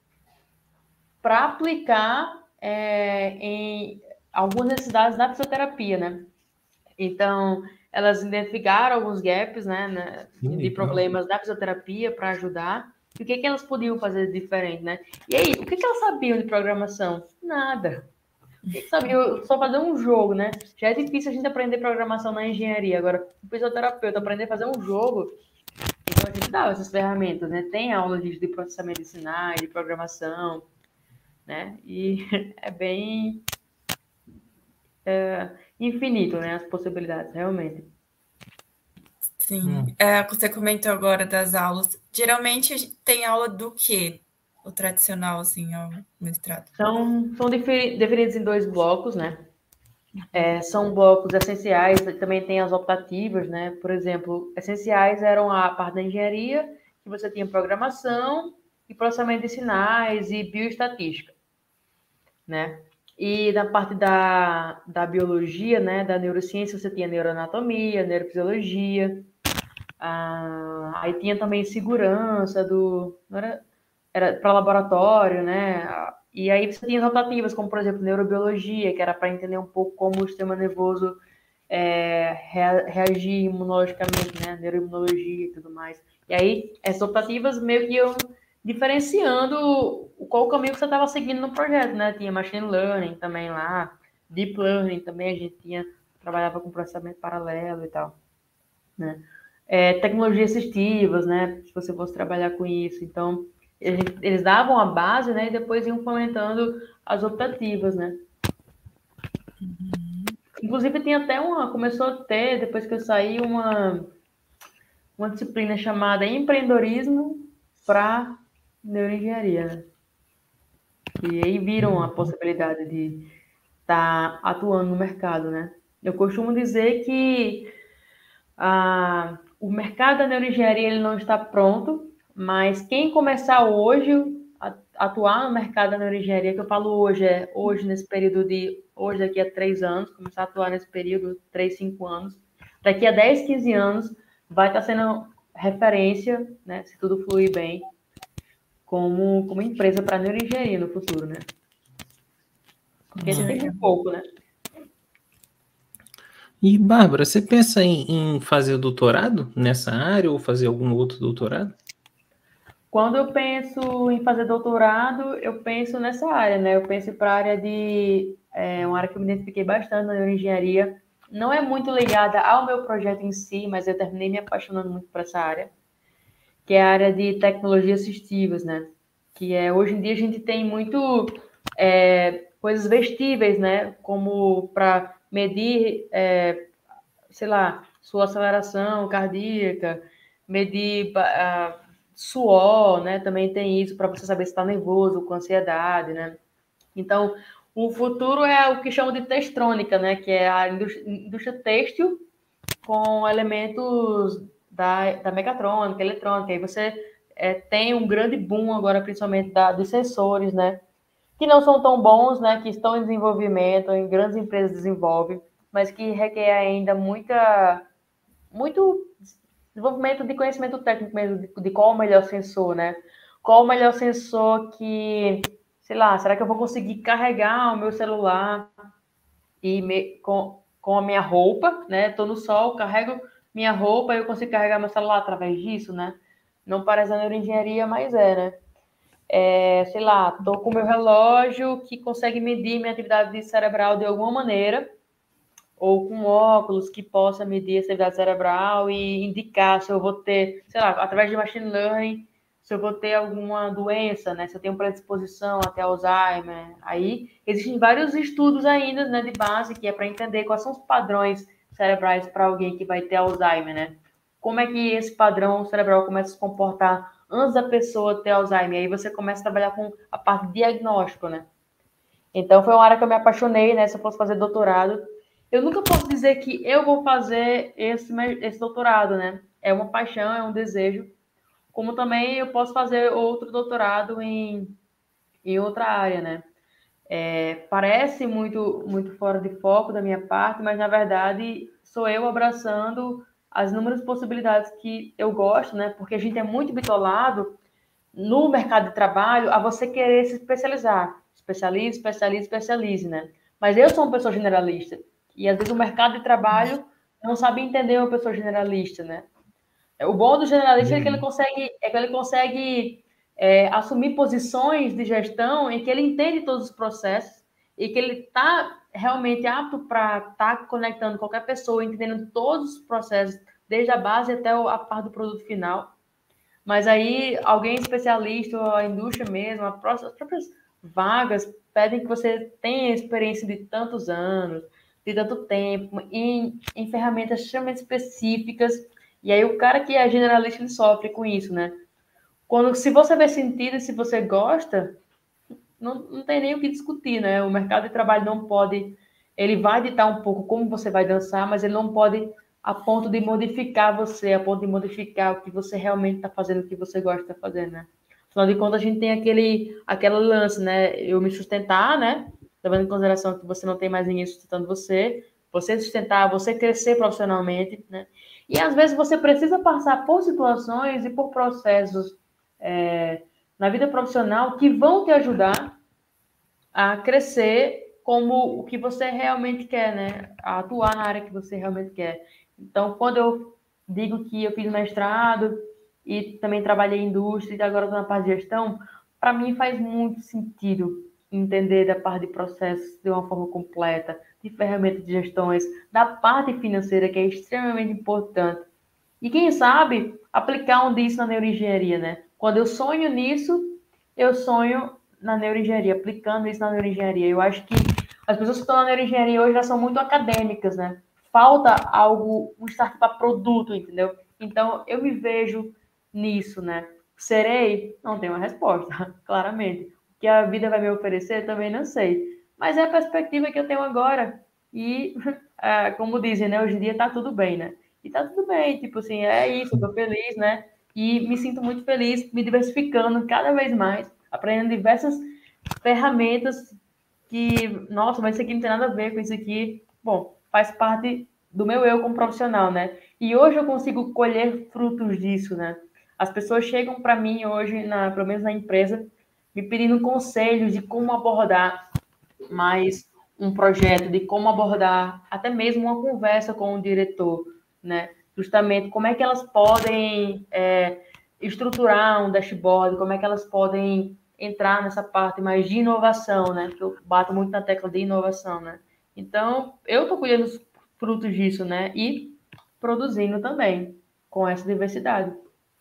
para aplicar é, em algumas necessidades da fisioterapia, né? Então, elas identificaram alguns gaps, né, né de problemas da fisioterapia para ajudar. E o que, que elas podiam fazer de diferente, né? E aí, o que, que elas sabiam de programação? Nada. O que, que sabiam? Só fazer um jogo, né? Já é difícil a gente aprender programação na engenharia. Agora, o fisioterapeuta aprender a fazer um jogo, então a gente dá essas ferramentas, né? Tem aula de, de processamento de sinais, de programação, né? E é bem... É, infinito, né? As possibilidades, realmente. Sim. Hum. É, você comentou agora das aulas. Geralmente tem aula do quê? O tradicional, assim, ao mestrado? São, são divididos em dois blocos, né? É, são blocos essenciais, também tem as optativas, né? Por exemplo, essenciais eram a parte da engenharia, que você tinha programação e processamento de sinais e bioestatística, né? E na parte da, da biologia, né, da neurociência, você tinha neuroanatomia, neurofisiologia, ah, aí tinha também segurança do... Não era, era para laboratório, né? E aí você tinha as rotativas, como, por exemplo, neurobiologia, que era para entender um pouco como o sistema nervoso é, reagir imunologicamente, né? Neuroimunologia e tudo mais. E aí, essas optativas meio que iam diferenciando qual o caminho que você estava seguindo no projeto, né? Tinha machine learning também lá, deep learning também, a gente tinha, trabalhava com processamento paralelo e tal, né? É, tecnologias assistivas, né? Se você fosse trabalhar com isso. Então, eles davam a base, né? E depois iam fomentando as optativas, né? Uhum. Inclusive, tinha até uma... Começou a ter, depois que eu saí, uma, uma disciplina chamada empreendedorismo para neuroengenharia, né? E aí viram a possibilidade de estar tá atuando no mercado, né? Eu costumo dizer que a, o mercado da neuroengenharia ele não está pronto, mas quem começar hoje a atuar no mercado da neuroengenharia, que eu falo hoje, é hoje nesse período de, hoje daqui a três anos, começar a atuar nesse período, três, cinco anos, daqui a dez, quinze anos, vai estar sendo referência, né, se tudo fluir bem, como, como empresa para neuroengenharia no futuro, né? Porque esse tempo é pouco, né? E, Bárbara, você pensa em, em fazer doutorado nessa área ou fazer algum outro doutorado? Quando eu penso em fazer doutorado, eu penso nessa área, né? Eu penso para a área de... É uma área que eu me identifiquei bastante na neuroengenharia. Não é muito ligada ao meu projeto em si, mas eu terminei me apaixonando muito por essa área, que é a área de tecnologias assistivas, né? Que é, hoje em dia a gente tem muito é, coisas vestíveis, né? Como para medir, é, sei lá, sua aceleração cardíaca, medir uh, suor, né? Também tem isso para você saber se está nervoso, com ansiedade, né? Então, o futuro é o que chamam de textrônica, né? Que é a indústria, indústria têxtil com elementos da, da mecatrônica, eletrônica. E você é, tem um grande boom agora, principalmente da, dos sensores, né? Que não são tão bons, né? Que estão em desenvolvimento, em grandes empresas desenvolvem, mas que requer ainda muita, muito desenvolvimento de conhecimento técnico mesmo, de, de qual o melhor sensor, né? Qual o melhor sensor que, sei lá, será que eu vou conseguir carregar o meu celular e me, com, com a minha roupa, né? Tô no sol, carrego minha roupa e eu consigo carregar meu celular através disso, né? Não parece a neuroengenharia, mas é, né? É, sei lá, tô com meu relógio que consegue medir minha atividade cerebral de alguma maneira, ou com óculos que possa medir a atividade cerebral e indicar se eu vou ter, sei lá, através de machine learning, se eu vou ter alguma doença, né? Se eu tenho predisposição até Alzheimer. Aí existem vários estudos ainda, né, de base, que é para entender quais são os padrões cerebrais para alguém que vai ter Alzheimer, né? Como é que esse padrão cerebral começa a se comportar antes da pessoa ter Alzheimer? Aí você começa a trabalhar com a parte de diagnóstico, né? Então foi uma área que eu me apaixonei, né? Se eu fosse fazer doutorado, eu nunca posso dizer que eu vou fazer esse, esse doutorado, né? É uma paixão, é um desejo. Como também eu posso fazer outro doutorado em, em outra área, né? É, parece muito, muito fora de foco da minha parte, mas na verdade sou eu abraçando as inúmeras possibilidades que eu gosto, né? Porque a gente é muito bitolado no mercado de trabalho a você querer se especializar. Especialize, especialize, especialize, né? Mas eu sou uma pessoa generalista. E às vezes o mercado de trabalho não sabe entender uma pessoa generalista, né? O bom do generalista uhum. é que ele consegue, é que ele consegue é, assumir posições de gestão em que ele entende todos os processos e que ele está realmente apto para estar tá conectando qualquer pessoa, entendendo todos os processos, desde a base até a parte do produto final. Mas aí alguém especialista, ou a indústria mesmo, as próprias vagas pedem que você tenha experiência de tantos anos, de tanto tempo, em, em ferramentas extremamente específicas. E aí o cara que é generalista, ele sofre com isso, né? Quando, se você vê sentido, se você gosta, não, não tem nem o que discutir, né? O mercado de trabalho não pode... Ele vai ditar um pouco como você vai dançar, mas ele não pode a ponto de modificar você, a ponto de modificar o que você realmente está fazendo, o que você gosta de estar fazendo, né? Afinal de contas, a gente tem aquele, aquela lance, né? Eu me sustentar, né? Levando em consideração que você não tem mais ninguém sustentando você, você sustentar, você crescer profissionalmente, né? E às vezes você precisa passar por situações e por processos é, na vida profissional que vão te ajudar a crescer como o que você realmente quer, né? A atuar na área que você realmente quer. Então, quando eu digo que eu fiz mestrado e também trabalhei em indústria e agora estou na parte de gestão, para mim faz muito sentido entender da parte de processos de uma forma completa, de ferramentas de gestões, da parte financeira, que é extremamente importante. E quem sabe aplicar um disso na neuroengenharia, né? Quando eu sonho nisso, eu sonho na neuroengenharia, aplicando isso na neuroengenharia. Eu acho que as pessoas que estão na neuroengenharia hoje já são muito acadêmicas, né? Falta algo, um start para produto, entendeu? Então, eu me vejo nisso, né? Serei? Não tenho uma resposta, claramente. O que a vida vai me oferecer, também não sei. Mas é a perspectiva que eu tenho agora. E, como dizem, né? Hoje em dia tá tudo bem, né? E tá tudo bem, tipo assim, é isso, eu tô feliz, né? E me sinto muito feliz, me diversificando cada vez mais, aprendendo diversas ferramentas que, nossa, mas isso aqui não tem nada a ver com isso aqui. Bom, faz parte do meu eu como profissional, né? E hoje eu consigo colher frutos disso, né? As pessoas chegam para mim hoje, na, pelo menos na empresa, me pedindo conselhos de como abordar mais um projeto, de como abordar até mesmo uma conversa com o diretor, né? Justamente como é que elas podem é, estruturar um dashboard, como é que elas podem entrar nessa parte mais de inovação, né? Que eu bato muito na tecla de inovação, né? Então, eu estou colhendo os frutos disso, né? E produzindo também com essa diversidade.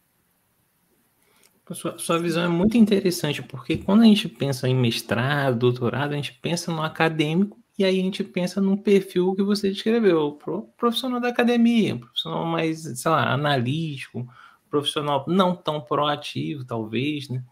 Sua, sua visão é muito interessante, porque quando a gente pensa em mestrado, doutorado, a gente pensa no acadêmico e aí a gente pensa num perfil que você descreveu, pro profissional da academia, profissional mais, sei lá, analítico, profissional não tão proativo, talvez, né?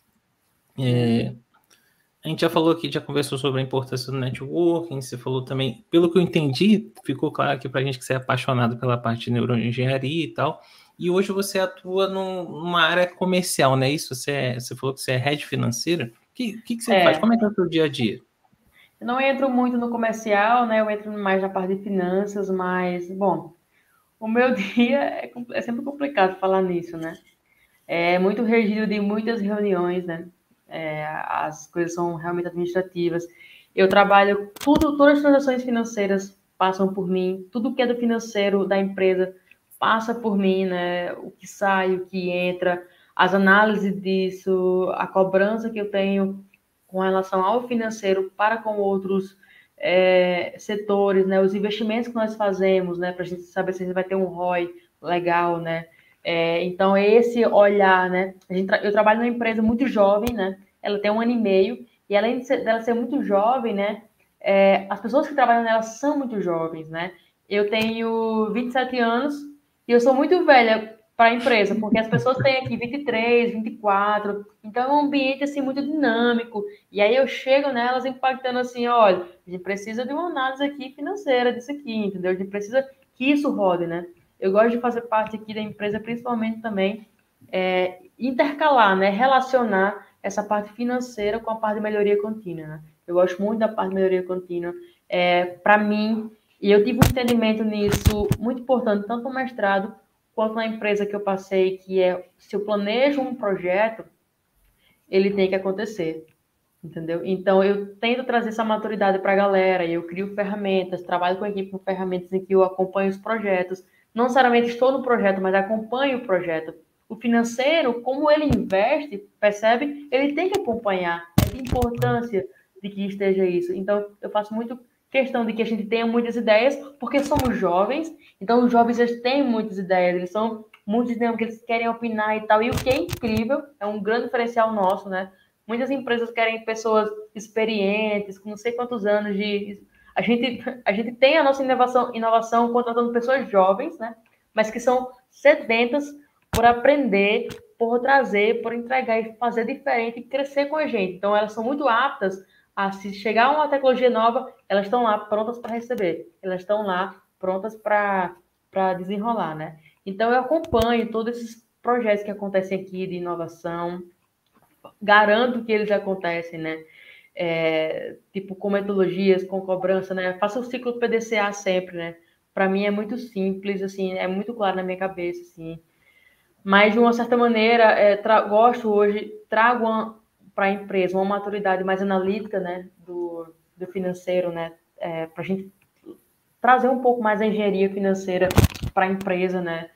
É, a gente já falou aqui, já conversou sobre a importância do networking, você falou também, pelo que eu entendi, ficou claro aqui pra gente que você é apaixonado pela parte de neuroengenharia e tal, e hoje você atua num, numa área comercial, né? Isso, você, é, você falou que você é head financeira. O que, que, que você É, faz? Como é que é o seu dia a dia? eu não entro muito no comercial, né? Eu entro mais na parte de finanças, mas, bom, o meu dia é, é sempre complicado falar nisso, né? É muito regido de muitas reuniões, né? É, as coisas são realmente administrativas. Eu trabalho, tudo, todas as transações financeiras passam por mim, tudo que é do financeiro da empresa passa por mim, né? O que sai, o que entra, as análises disso, a cobrança que eu tenho com relação ao financeiro para com outros é, setores, né? Os investimentos que nós fazemos, né? Para a gente saber se a gente vai ter um R O I legal, né? É, então, esse olhar, né? A gente, eu trabalho numa empresa muito jovem, né? Ela tem um ano e meio, e além de ser, dela ser muito jovem, né? É, as pessoas que trabalham nela são muito jovens, né? Eu tenho vinte e sete anos e eu sou muito velha para a empresa, porque as pessoas têm aqui vinte e três, vinte e quatro, então é um ambiente assim muito dinâmico. E aí eu chego nelas impactando assim, olha, a gente precisa de uma análise aqui financeira disso aqui, entendeu? A gente precisa que isso rode, né? Eu gosto de fazer parte aqui da empresa, principalmente também é, intercalar, né? Relacionar essa parte financeira com a parte de melhoria contínua, né? Eu gosto muito da parte de melhoria contínua. É, para mim, e eu tive um entendimento nisso muito importante, tanto no mestrado quanto na empresa que eu passei, que é, se eu planejo um projeto, ele tem que acontecer, entendeu? Então, eu tento trazer essa maturidade para a galera, eu crio ferramentas, trabalho com a equipe com ferramentas em que eu acompanho os projetos, não necessariamente estou no projeto, mas acompanho o projeto. O financeiro, como ele investe, percebe? Ele tem que acompanhar, é de importância de que esteja isso. Então, eu faço muito questão de que a gente tenha muitas ideias, porque somos jovens, então os jovens eles têm muitas ideias, eles são muito dinâmicos, eles querem opinar e tal, e o que é incrível, é um grande diferencial nosso, né? Muitas empresas querem pessoas experientes, com não sei quantos anos de... A gente, a gente tem a nossa inovação, inovação contratando pessoas jovens, né? Mas que são sedentas por aprender, por trazer, por entregar e fazer diferente e crescer com a gente. Então, elas são muito aptas a, se chegar uma tecnologia nova, elas estão lá prontas para receber. Elas estão lá prontas para desenrolar, né? Então, eu acompanho todos esses projetos que acontecem aqui de inovação, garanto que eles acontecem, né? É, tipo, com metodologias, com cobrança, né? Faço o ciclo P D C A sempre, né? Para mim é muito simples, assim, é muito claro na minha cabeça, assim. Mas, de uma certa maneira, é, gosto hoje, trago para a empresa uma maturidade mais analítica, né? Do, do financeiro, né? É, para a gente trazer um pouco mais a engenharia financeira para a empresa, né?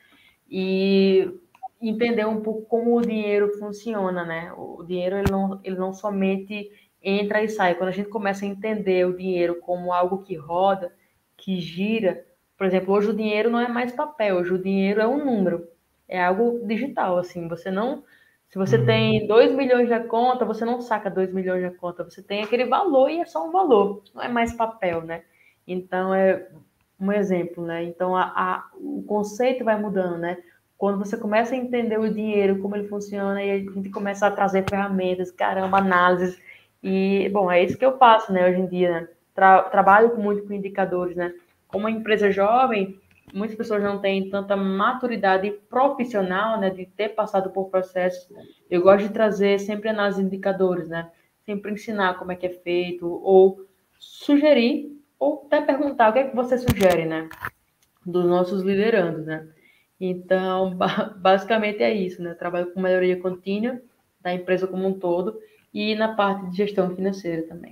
E entender um pouco como o dinheiro funciona, né? O dinheiro, ele não, ele não somente entra e sai. Quando a gente começa a entender o dinheiro como algo que roda, que gira, por exemplo, hoje o dinheiro não é mais papel, hoje o dinheiro é um número, é algo digital, assim, você não... Se você tem dois milhões na conta, você não saca dois milhões na conta, você tem aquele valor e é só um valor, não é mais papel, né? Então, é um exemplo, né? Então, a, a, o conceito vai mudando, né? Quando você começa a entender o dinheiro, como ele funciona, e a gente começa a trazer ferramentas, caramba, análises. E, bom, é isso que eu faço, né, hoje em dia, né? Tra trabalho muito com indicadores, né? Como uma empresa jovem, muitas pessoas não têm tanta maturidade profissional, né, de ter passado por processos. Eu gosto de trazer sempre análise de indicadores, né? Sempre ensinar como é que é feito, ou sugerir, ou até perguntar o que é que você sugere, né? dos nossos liderandos, né? Então, basicamente é isso, né? Eu trabalho com melhoria contínua da empresa como um todo e na parte de gestão financeira também.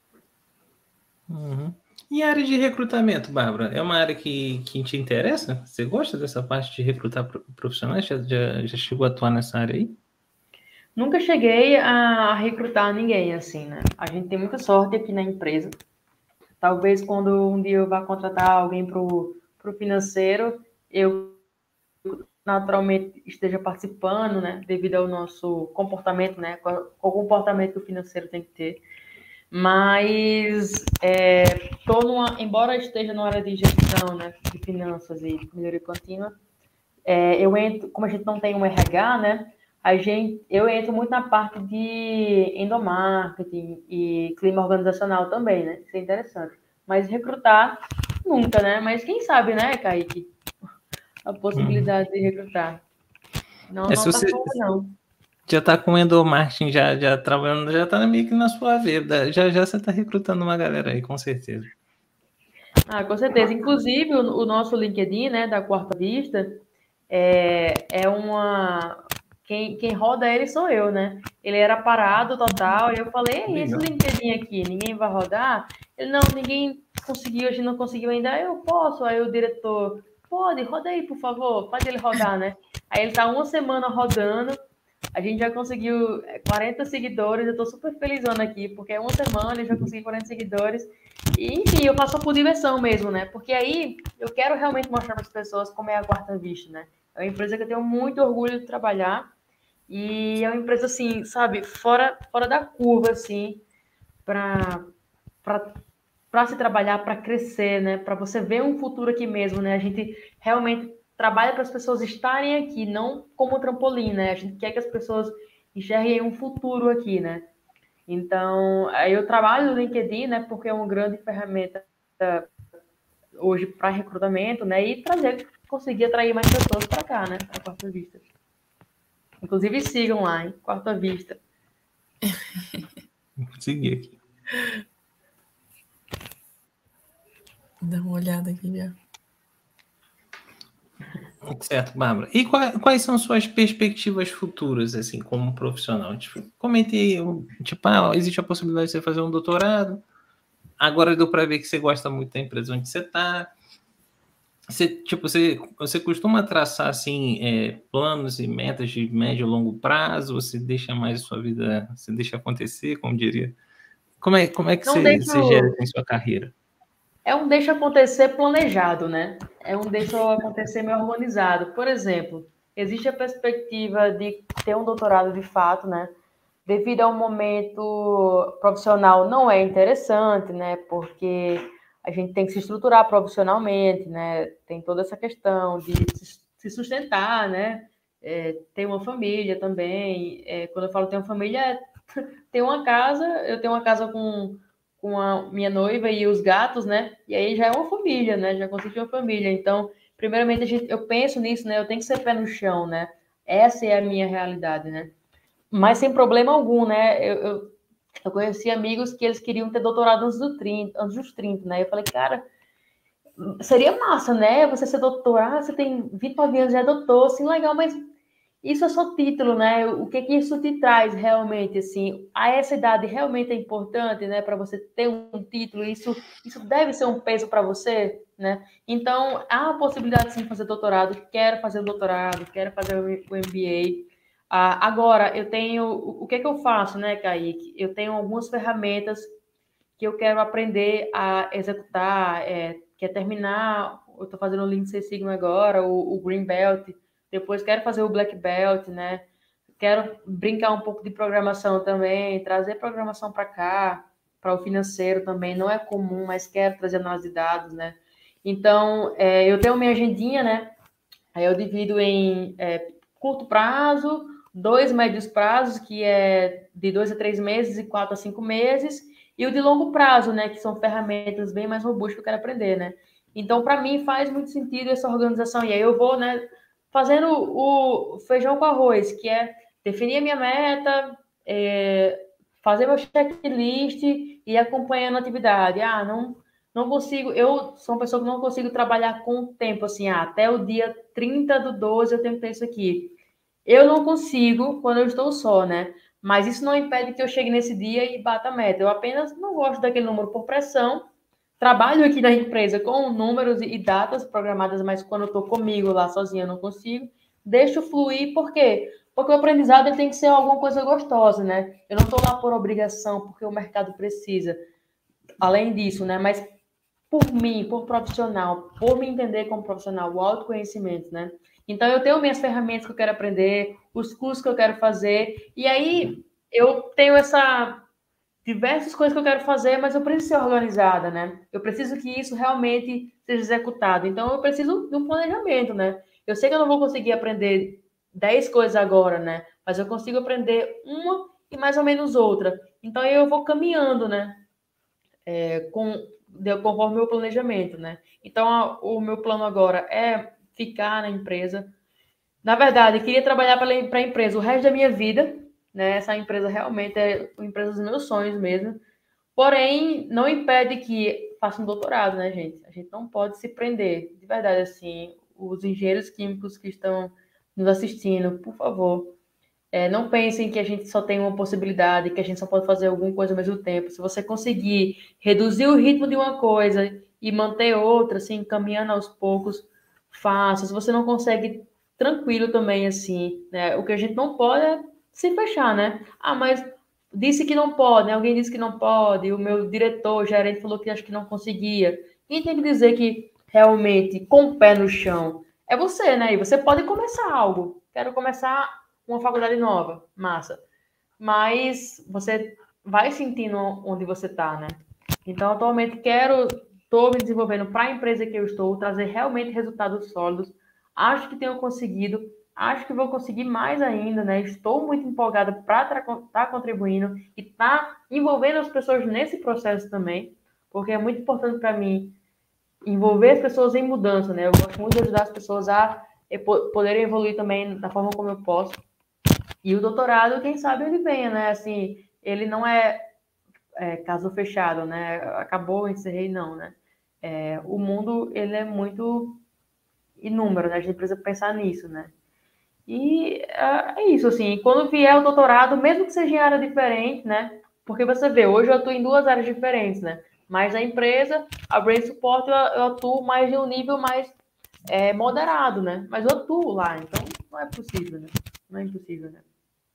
Uhum. E a área de recrutamento, Bárbara, é uma área que, que te interessa? Você gosta dessa parte de recrutar profissionais? Já, já, já chegou a atuar nessa área aí? Nunca cheguei a recrutar ninguém assim, né? A gente tem muita sorte aqui na empresa. Talvez quando um dia eu vá contratar alguém para o financeiro, eu naturalmente esteja participando, né? Devido ao nosso comportamento, né? Qual o comportamento que o financeiro tem que ter. Mas, é, tô numa, embora esteja na área de gestão, né? De finanças e melhoria contínua, é, eu entro, como a gente não tem um R H, né? A gente, eu entro muito na parte de endomarketing e clima organizacional também, né? Isso é interessante. Mas recrutar, nunca, né? Mas quem sabe, né, Kaique? A possibilidade uhum. de recrutar. Não, é, não tá você fora, não. Já tá com o endomarketing, já, já trabalhando, já tá meio que na sua vida. Já já você tá recrutando uma galera aí, com certeza. Ah, com certeza. Inclusive, o, o nosso LinkedIn, né, da Quarta Vista, é, é uma... Quem, quem roda ele sou eu, né? Ele era parado total, e eu falei, e esse LinkedIn aqui, ninguém vai rodar? Ele, não, ninguém conseguiu, a gente não conseguiu ainda. Eu posso. Aí o diretor, pode, roda aí, por favor, faz ele rodar, né? Aí ele tá uma semana rodando, a gente já conseguiu quarenta seguidores, eu tô super felizona aqui, porque é uma semana eu já consegui quarenta seguidores. E, enfim, eu faço por diversão mesmo, né? Porque aí eu quero realmente mostrar para as pessoas como é a Quarta Vista, né? É uma empresa que eu tenho muito orgulho de trabalhar e é uma empresa, assim, sabe, fora, fora da curva, assim, para para se trabalhar, para crescer, né? Para você ver um futuro aqui mesmo, né? A gente realmente trabalha para as pessoas estarem aqui, não como trampolim, né? A gente quer que as pessoas enxerguem um futuro aqui, né? Então, eu trabalho no LinkedIn, né? Porque é uma grande ferramenta hoje para recrutamento, né? E trazer, conseguir atrair mais pessoas para cá, né? Para Quarta Vista. Inclusive sigam lá, hein? Quarta Vista. Vou seguir aqui. Dá uma olhada aqui já. Certo, Bárbara. E quais, quais são suas perspectivas futuras, assim, como profissional? Tipo, comentei, tipo, ah, existe a possibilidade de você fazer um doutorado. Agora deu para ver que você gosta muito da empresa onde você está. Você, tipo, você, você costuma traçar, assim, é, planos e metas de médio e longo prazo? Você deixa mais a sua vida, você deixa acontecer, como diria? Como é, como é que você, deixo... você gera em sua carreira? É um deixa acontecer planejado, né? É um deixa acontecer meio organizado. Por exemplo, existe a perspectiva de ter um doutorado de fato, né? Devido ao momento profissional não é interessante, né? Porque a gente tem que se estruturar profissionalmente, né? Tem toda essa questão de se sustentar, né? É, ter uma família também. É, quando eu falo ter uma família, é ter uma casa. Eu tenho uma casa com com a minha noiva e os gatos, né? E aí já é uma família, né? Já consegui uma família. Então, primeiramente, a gente, eu penso nisso, né? Eu tenho que ser pé no chão, né? Essa é a minha realidade, né? Mas sem problema algum, né? Eu, eu, eu conheci amigos que eles queriam ter doutorado antes, do trinta, antes dos trinta, né? Eu falei, cara, seria massa, né? Você ser doutor, ah, você tem vinte e nove anos, já é doutor, assim, legal, mas isso é só título, né? O que que isso te traz realmente, assim? A essa idade realmente é importante, né? Para você ter um título, isso, isso deve ser um peso para você, né? Então, há a possibilidade sim de fazer doutorado, quero fazer o doutorado, quero fazer o M B A. Ah, agora, eu tenho, o que que eu faço, né, Kaique? Eu tenho algumas ferramentas que eu quero aprender a executar, é, que é terminar, eu estou fazendo o Lean Six Sigma agora, o, o Green Belt, depois quero fazer o Black Belt, né? Quero brincar um pouco de programação também, trazer programação para cá, para o financeiro também, não é comum, mas quero trazer análise de dados, né? Então, é, eu tenho minha agendinha, né? Aí eu divido em é, curto prazo, dois médios prazos, que é de dois a três meses e quatro a cinco meses, e o de longo prazo, né? Que são ferramentas bem mais robustas que eu quero aprender, né? Então, para mim, faz muito sentido essa organização. E aí eu vou, né? Fazendo o feijão com arroz, que é definir a minha meta, é, fazer meu checklist e acompanhando a atividade. Ah, não, não consigo, eu sou uma pessoa que não consigo trabalhar com o tempo, assim, ah, até o dia trinta do doze eu tenho que ter isso aqui. Eu não consigo quando eu estou só, né? Mas isso não impede que eu chegue nesse dia e bata a meta. Eu apenas não gosto daquele número por pressão. Trabalho aqui na empresa com números e datas programadas, mas quando eu estou comigo lá sozinha eu não consigo. Deixo fluir, por quê? Porque o aprendizado ele tem que ser alguma coisa gostosa, né? Eu não estou lá por obrigação, porque o mercado precisa. Além disso, né? Mas por mim, por profissional, por me entender como profissional, o autoconhecimento, né? Então, eu tenho minhas ferramentas que eu quero aprender, os cursos que eu quero fazer, e aí eu tenho essa diversas coisas que eu quero fazer, mas eu preciso ser organizada, né? Eu preciso que isso realmente seja executado. Então, eu preciso de um planejamento, né? Eu sei que eu não vou conseguir aprender dez coisas agora, né? Mas eu consigo aprender uma e mais ou menos outra. Então, eu vou caminhando, né? É, com, de, conforme o meu planejamento, né? Então, a, o meu plano agora é ficar na empresa. Na verdade, eu queria trabalhar para a empresa o resto da minha vida, né? Essa empresa realmente é a empresa dos meus sonhos mesmo. Porém, não impede que faça um doutorado, né, gente? A gente não pode se prender. De verdade, assim, os engenheiros químicos que estão nos assistindo, por favor, é, não pensem que a gente só tem uma possibilidade, que a gente só pode fazer alguma coisa ao mesmo tempo. Se você conseguir reduzir o ritmo de uma coisa e manter outra, assim, caminhando aos poucos, faça. Se você não consegue, tranquilo também, assim, né? O que a gente não pode é se fechar, né? Ah, mas disse que não pode, né? Alguém disse que não pode, o meu diretor, o gerente falou que acho que não conseguia. Quem tem que dizer que realmente, com o pé no chão, é você, né? E você pode começar algo. Quero começar uma faculdade nova, massa. Mas você vai sentindo onde você está, né? Então, atualmente, quero, estou me desenvolvendo para a empresa que eu estou, trazer realmente resultados sólidos. Acho que tenho conseguido, acho que vou conseguir mais ainda, né? Estou muito empolgada para estar tá contribuindo e estar tá envolvendo as pessoas nesse processo também, porque é muito importante para mim envolver as pessoas em mudança, né? Eu gosto muito de ajudar as pessoas a poderem evoluir também da forma como eu posso. E o doutorado, quem sabe ele venha, né? Assim, ele não é, é caso fechado, né? Acabou, encerrei, não, né? É, o mundo, ele é muito inúmero, né? A gente precisa pensar nisso, né? E é, é isso, assim, quando vier o doutorado, mesmo que seja em área diferente, né? Porque você vê, hoje eu atuo em duas áreas diferentes, né? Mas a empresa, a Brain Support, eu, eu atuo mais de um nível mais é, moderado, né? Mas eu atuo lá, então não é possível, né? Não é impossível, né?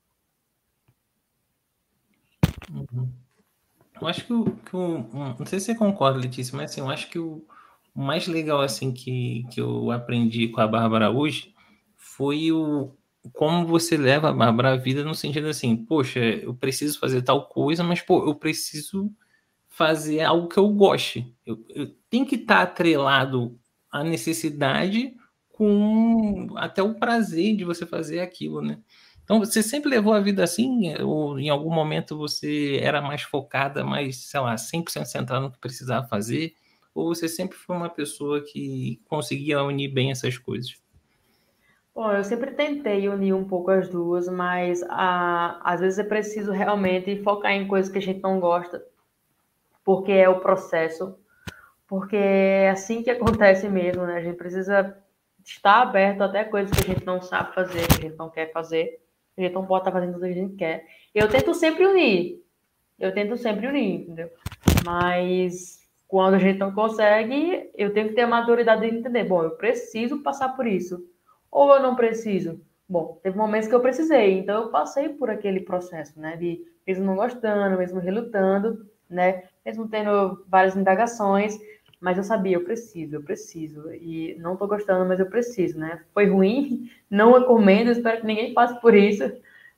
Uhum. Eu acho que o, que o não sei se você concorda, Letícia, mas assim, eu acho que o, o mais legal assim que, que eu aprendi com a Bárbara hoje foi o como você leva a Bárbara à vida no sentido assim, poxa, eu preciso fazer tal coisa, mas pô, eu preciso fazer algo que eu goste. Eu, eu tenho que estar atrelado à necessidade com até o prazer de você fazer aquilo, né? Então, você sempre levou a vida assim? Ou em algum momento você era mais focada, mais, sei lá, cem por cento centrada no que precisava fazer? Ou você sempre foi uma pessoa que conseguia unir bem essas coisas? Bom, eu sempre tentei unir um pouco as duas, mas ah, às vezes é preciso realmente focar em coisas que a gente não gosta, porque é o processo, porque é assim que acontece mesmo, né? A gente precisa estar aberto até coisas que a gente não sabe fazer, que a gente não quer fazer, a gente não pode estar fazendo tudo que a gente quer. Eu tento sempre unir, eu tento sempre unir, entendeu? Mas quando a gente não consegue, eu tenho que ter a maturidade de entender, bom, eu preciso passar por isso, ou eu não preciso. Bom, teve momentos que eu precisei, então eu passei por aquele processo, né, de mesmo não gostando, mesmo relutando, né, mesmo tendo várias indagações, mas eu sabia, eu preciso, eu preciso, e não tô gostando, mas eu preciso, né, foi ruim, não recomendo, espero que ninguém passe por isso,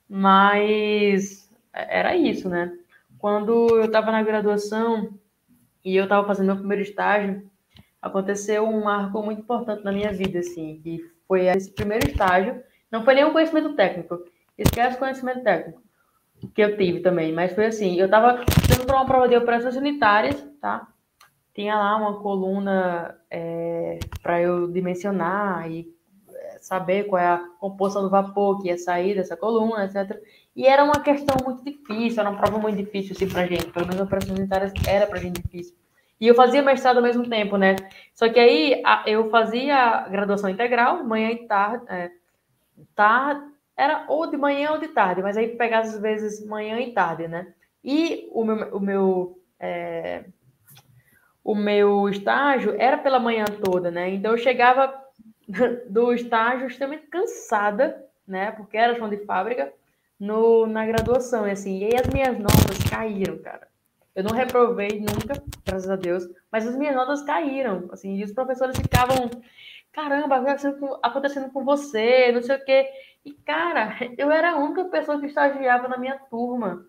mas era isso, né. Quando eu estava na graduação e eu estava fazendo meu primeiro estágio, aconteceu um marco muito importante na minha vida, assim, que foi esse primeiro estágio. Não foi nenhum conhecimento técnico, esquece conhecimento técnico, que eu tive também, mas foi assim, eu estava estudando para uma prova de operações unitárias, tá? Tinha lá uma coluna é, para eu dimensionar e saber qual é a composição do vapor que ia sair dessa coluna, etcétera. E era uma questão muito difícil, era uma prova muito difícil assim pra gente, pelo menos operações unitárias era pra gente difícil. E eu fazia mestrado ao mesmo tempo, né? Só que aí a, eu fazia graduação integral, manhã e tarde, é, tarde, era ou de manhã ou de tarde, mas aí pegava às vezes manhã e tarde, né? E o meu, o meu, é, o meu estágio era pela manhã toda, né? Então eu chegava do estágio extremamente cansada, né? Porque era chão de fábrica, no, na graduação, e assim, e aí as minhas notas caíram, cara. Eu não reprovei nunca, graças a Deus, mas as minhas notas caíram, assim, e os professores ficavam, caramba, o que está acontecendo com você, não sei o quê. E, cara, eu era a única pessoa que estagiava na minha turma.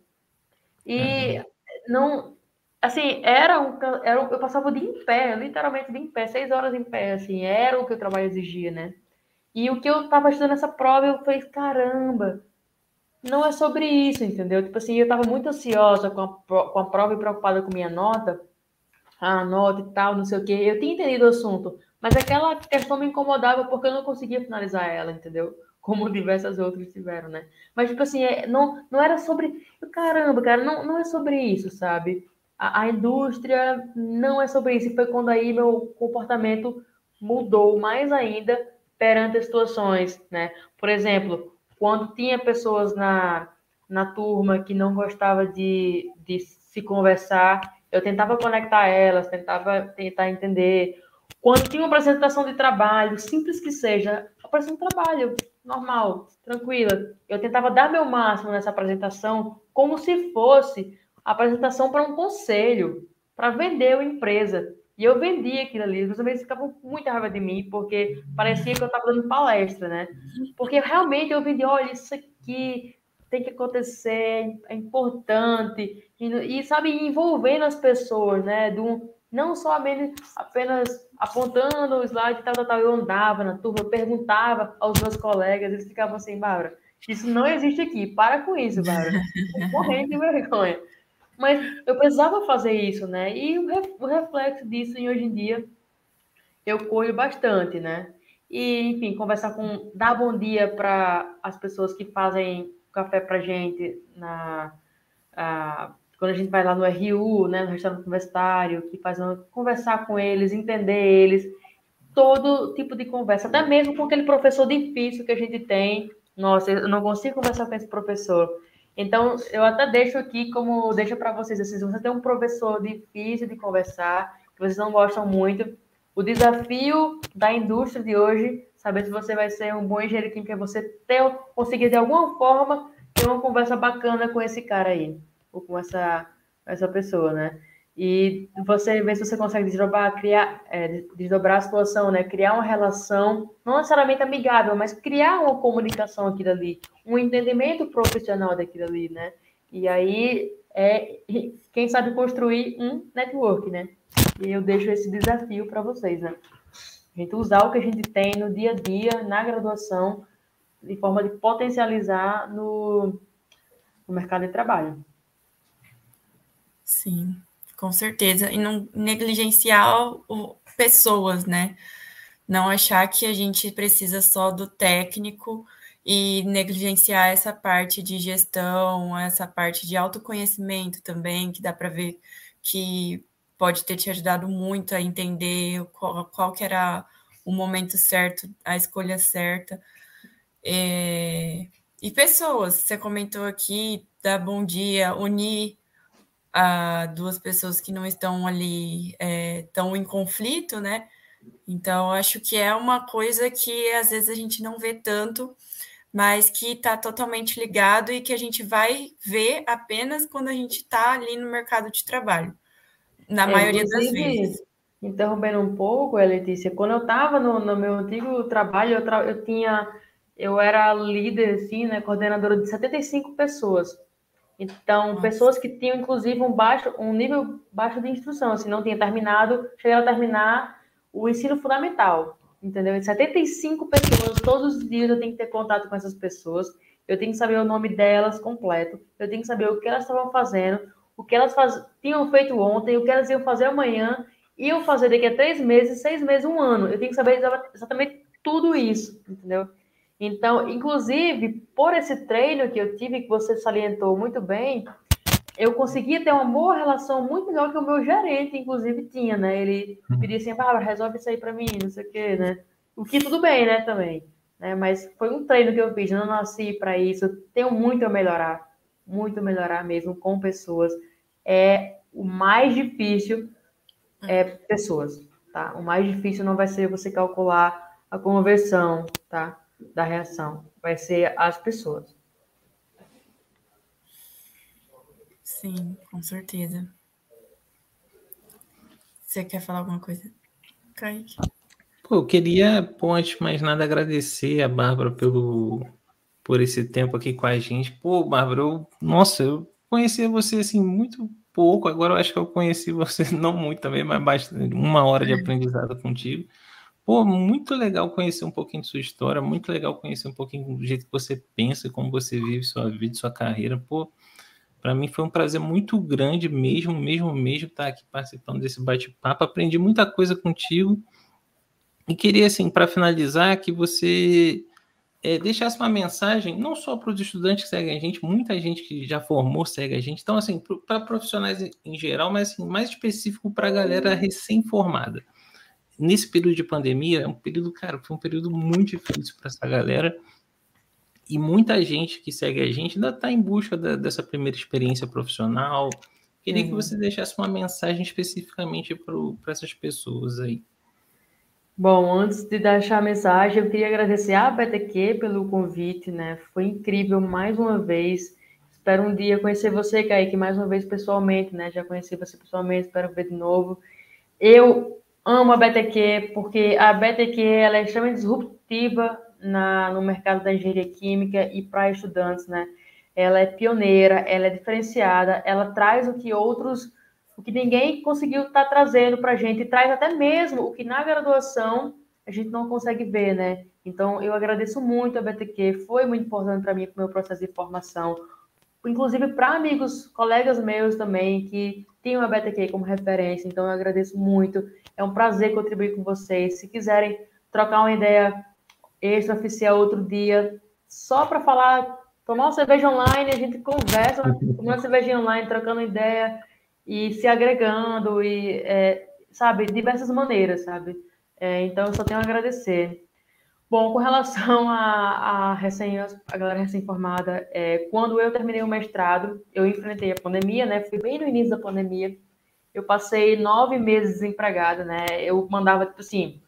E Caramba. não, assim, era um, era um, eu passava o dia em pé, literalmente de em pé, seis horas em pé, assim, era o que o trabalho exigia, né? E o que eu tava estudando nessa prova, eu falei, caramba, não é sobre isso, entendeu? Tipo assim, eu tava muito ansiosa com a, com a prova e preocupada com minha nota, a nota e tal, não sei o quê. Eu tinha entendido o assunto, mas aquela questão me incomodava porque eu não conseguia finalizar ela, entendeu? Como diversas outras tiveram, né? Mas, tipo assim, é, não, não era sobre. Caramba, cara, não, não é sobre isso, sabe? A, a indústria não é sobre isso. E foi quando aí meu comportamento mudou mais ainda perante as situações, né? Por exemplo, quando tinha pessoas na, na turma que não gostava de, de se conversar, eu tentava conectar elas, tentava tentar entender. Quando tinha uma apresentação de trabalho, simples que seja, apresentação de trabalho, normal, tranquila. Eu tentava dar meu máximo nessa apresentação, como se fosse a apresentação para um conselho, para vender uma empresa. E eu vendia aquilo ali. Os meus ficavam com muita raiva de mim, porque parecia que eu estava dando palestra, né? Porque realmente eu vendia, olha, isso aqui tem que acontecer, é importante. E, e sabe, envolvendo as pessoas, né? Do, não só apenas apontando o slide e tal, tal, tal. Eu andava na turma, eu perguntava aos meus colegas, eles ficavam assim, Bárbara, isso não existe aqui, para com isso, Bárbara. Morrendo de vergonha. Mas eu precisava fazer isso, né? E o reflexo disso em hoje em dia eu colho bastante, né? E, enfim, conversar com, dar bom dia para as pessoas que fazem café pra gente na, a, quando a gente vai lá no R U, né, no restaurante universitário, que faz uma, conversar com eles, entender eles, todo tipo de conversa, até mesmo com aquele professor difícil que a gente tem. Nossa, eu não consigo conversar com esse professor. Então, eu até deixo aqui como deixa para vocês, assim, se você tem um professor difícil de conversar, que vocês não gostam muito, o desafio da indústria de hoje, saber se você vai ser um bom engenheiro químico, é você ter, conseguir de alguma forma ter uma conversa bacana com esse cara aí, ou com essa, essa pessoa, né? E você vê se você consegue desdobrar, criar, é, desdobrar a situação, né? Criar uma relação, não necessariamente amigável, mas criar uma comunicação aqui dali, um entendimento profissional daquilo ali, né? E aí, é, quem sabe construir um network, né? E eu deixo esse desafio para vocês, né? A gente usar o que a gente tem no dia a dia, na graduação, de forma de potencializar no, no mercado de trabalho. Sim, com certeza. E não negligenciar o, pessoas, né? Não achar que a gente precisa só do técnico e negligenciar essa parte de gestão, essa parte de autoconhecimento também, que dá para ver que pode ter te ajudado muito a entender qual, qual que era o momento certo, a escolha certa. É... E pessoas, você comentou aqui, dar bom dia, unir a duas pessoas que não estão ali é, tão em conflito, né? Então, acho que é uma coisa que às vezes a gente não vê tanto, mas que está totalmente ligado e que a gente vai ver apenas quando a gente está ali no mercado de trabalho, na É, maioria das vezes. Interrompendo um pouco, Letícia, quando eu estava no, no meu antigo trabalho, eu, tra eu tinha, eu era líder, assim, né, coordenadora de setenta e cinco pessoas. Então, Nossa. pessoas que tinham, inclusive, um, baixo, um nível baixo de instrução, assim, não tinha terminado, chegaram a terminar o ensino fundamental, entendeu? E setenta e cinco pessoas, todos os dias eu tenho que ter contato com essas pessoas, eu tenho que saber o nome delas completo, eu tenho que saber o que elas estavam fazendo, o que elas faz... tinham feito ontem, o que elas iam fazer amanhã, iam fazer daqui a três meses, seis meses, um ano. Eu tenho que saber exatamente tudo isso, entendeu? Então, inclusive, por esse treino que eu tive, que você salientou muito bem, eu conseguia ter uma boa relação muito melhor que o meu gerente, inclusive, tinha, né? Ele pedia assim, Bárbara, resolve isso aí para mim, não sei o quê, né? O que tudo bem, né, também. Né? Mas foi um treino que eu fiz, não nasci para isso, tenho muito a melhorar, muito a melhorar mesmo com pessoas. É o mais difícil é pessoas, tá? O mais difícil não vai ser você calcular a conversão, tá? Da reação, vai ser as pessoas. Sim, com certeza. Você quer falar alguma coisa, Kaique? Pô, eu queria, pô, antes de mais nada, agradecer a Bárbara pelo, por esse tempo aqui com a gente. Pô, Bárbara, eu, nossa, eu conheci você assim muito pouco, agora eu acho que eu conheci você não muito também, mas bastante, uma hora de aprendizado contigo. Pô, muito legal conhecer um pouquinho de sua história, muito legal conhecer um pouquinho do jeito que você pensa, como você vive sua vida, sua carreira. Pô, para mim foi um prazer muito grande mesmo, mesmo, mesmo estar aqui participando desse bate-papo. Aprendi muita coisa contigo e queria, assim, para finalizar, que você é, deixasse uma mensagem, não só para os estudantes que seguem a gente, muita gente que já formou segue a gente, então, assim, para profissionais em geral, mas assim, mais específico para a galera recém-formada. Nesse período de pandemia, é um período, cara, foi um período muito difícil para essa galera, e muita gente que segue a gente ainda está em busca da, dessa primeira experiência profissional. Queria que Uhum. você deixasse uma mensagem especificamente para essas pessoas aí. Bom, antes de deixar a mensagem, eu queria agradecer à B T Q pelo convite, né? Foi incrível mais uma vez. Espero um dia conhecer você, Kaique, mais uma vez pessoalmente, né? Já conheci você pessoalmente, espero ver de novo. Eu amo a B T Q porque a B T Q ela é extremamente disruptiva na, no mercado da engenharia química e para estudantes, né? Ela é pioneira, ela é diferenciada, ela traz o que outros, o que ninguém conseguiu estar tá trazendo para a gente, e traz até mesmo o que na graduação a gente não consegue ver, né? Então, eu agradeço muito a B T Q, foi muito importante para mim, para o meu processo de formação, inclusive para amigos, colegas meus também, que tinham a B T Q como referência, então eu agradeço muito. É um prazer contribuir com vocês. Se quiserem trocar uma ideia extraoficial outro dia, só para falar, tomar uma cerveja online, a gente conversa, tomando uma cerveja online, trocando ideia e se agregando, e, é, sabe, diversas maneiras, sabe? É, então, eu só tenho a agradecer. Bom, com relação à, à recém, a galera recém-formada, é, quando eu terminei o mestrado, eu enfrentei a pandemia, né? Fui bem no início da pandemia. Eu passei nove meses desempregada, né? Eu mandava, tipo assim,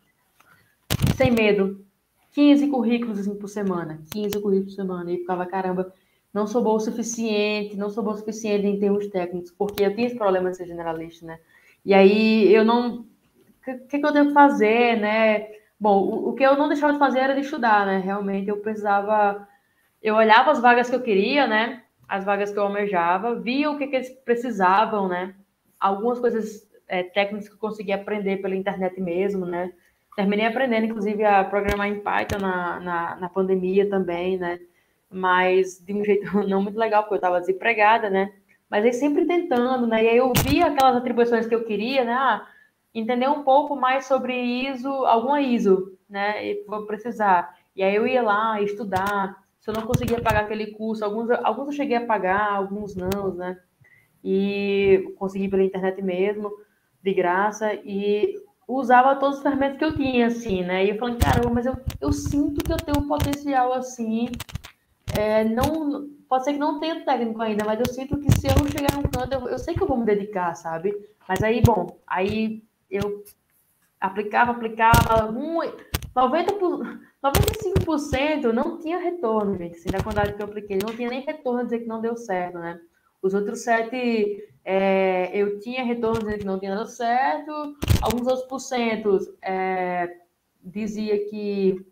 sem medo, quinze currículos assim, por semana, quinze currículos por semana. E ficava, caramba, não sou boa o suficiente, não sou boa o suficiente em termos técnicos, porque eu tinha esse problema de ser generalista, né? E aí eu não. O que, que, que eu tenho que fazer, né? Bom, o, o que eu não deixava de fazer era de estudar, né? Realmente eu precisava. Eu olhava as vagas que eu queria, né? As vagas que eu almejava, via o que, que eles precisavam, né? Algumas coisas é, técnicas que eu consegui aprender pela internet mesmo, né? Terminei aprendendo, inclusive, a programar em Python na, na, na pandemia também, né? Mas de um jeito não muito legal, porque eu estava desempregada, né? Mas aí sempre tentando, né? E aí eu via aquelas atribuições que eu queria, né? Ah, entender um pouco mais sobre I S O, alguma I S O, né? E vou precisar. E aí eu ia lá estudar. Se eu não conseguia pagar aquele curso, alguns, alguns eu cheguei a pagar, alguns não, né? E consegui pela internet mesmo, de graça, e usava todos os ferramentas que eu tinha, assim, né? E eu falei, caramba, mas eu, eu sinto que eu tenho um potencial, assim, é, não, pode ser que não tenha técnico ainda, mas eu sinto que se eu não chegar num canto, eu, eu sei que eu vou me dedicar, sabe? Mas aí, bom, aí eu aplicava, aplicava, um, noventa por, noventa e cinco por cento não tinha retorno, gente, assim, da quantidade que eu apliquei, não tinha nem retorno dizer que não deu certo, né? Os outros sete, é, eu tinha retorno dizendo que não tinha dado certo, alguns outros porcentos é, dizia que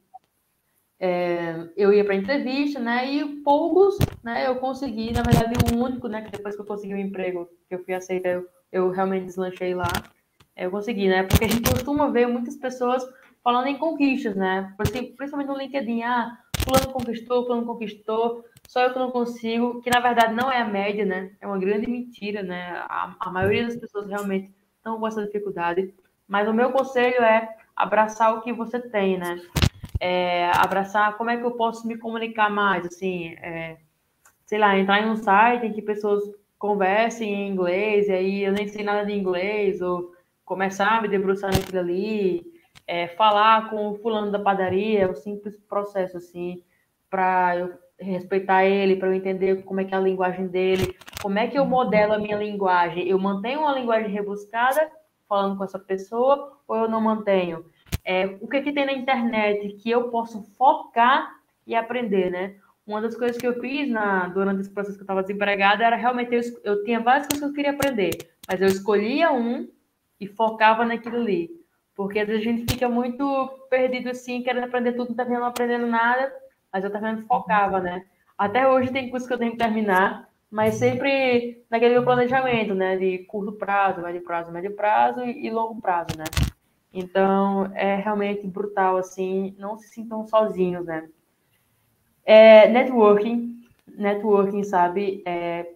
é, eu ia para entrevista, né? E poucos, né? Eu consegui, na verdade, o único, né? Que depois que eu consegui o emprego, que eu fui aceita, eu, eu realmente deslanchei lá. Eu consegui, né? Porque a gente costuma ver muitas pessoas falando em conquistas, né? Principalmente no LinkedIn, ah, fulano conquistou, fulano conquistou, só eu que não consigo, que na verdade não é a média, né? É uma grande mentira, né? A, a maioria das pessoas realmente estão com essa dificuldade. Mas o meu conselho é abraçar o que você tem, né? É, abraçar como é que eu posso me comunicar mais, assim, é, sei lá, entrar em um site em que pessoas converse em inglês, e aí eu nem sei nada de inglês, ou começar a me debruçar naquilo ali, é, falar com o fulano da padaria, o simples processo, assim, para eu respeitar ele, para eu entender como é que é a linguagem dele, como é que eu modelo a minha linguagem. Eu mantenho uma linguagem rebuscada, falando com essa pessoa, ou eu não mantenho? É, o que, que tem na internet que eu posso focar e aprender, né? Uma das coisas que eu fiz na, durante esse processo que eu estava desempregada era realmente, eu, eu tinha várias coisas que eu queria aprender, mas eu escolhia um e focava naquilo ali. Porque às vezes a gente fica muito perdido assim, querendo aprender tudo, não tá não aprendendo nada, mas eu também focava, né? Até hoje tem curso que eu tenho que terminar, mas sempre naquele meu planejamento, né? De curto prazo, médio prazo, médio prazo e, e longo prazo, né? Então, é realmente brutal, assim, não se sintam sozinhos, né? É, networking, networking, sabe, é,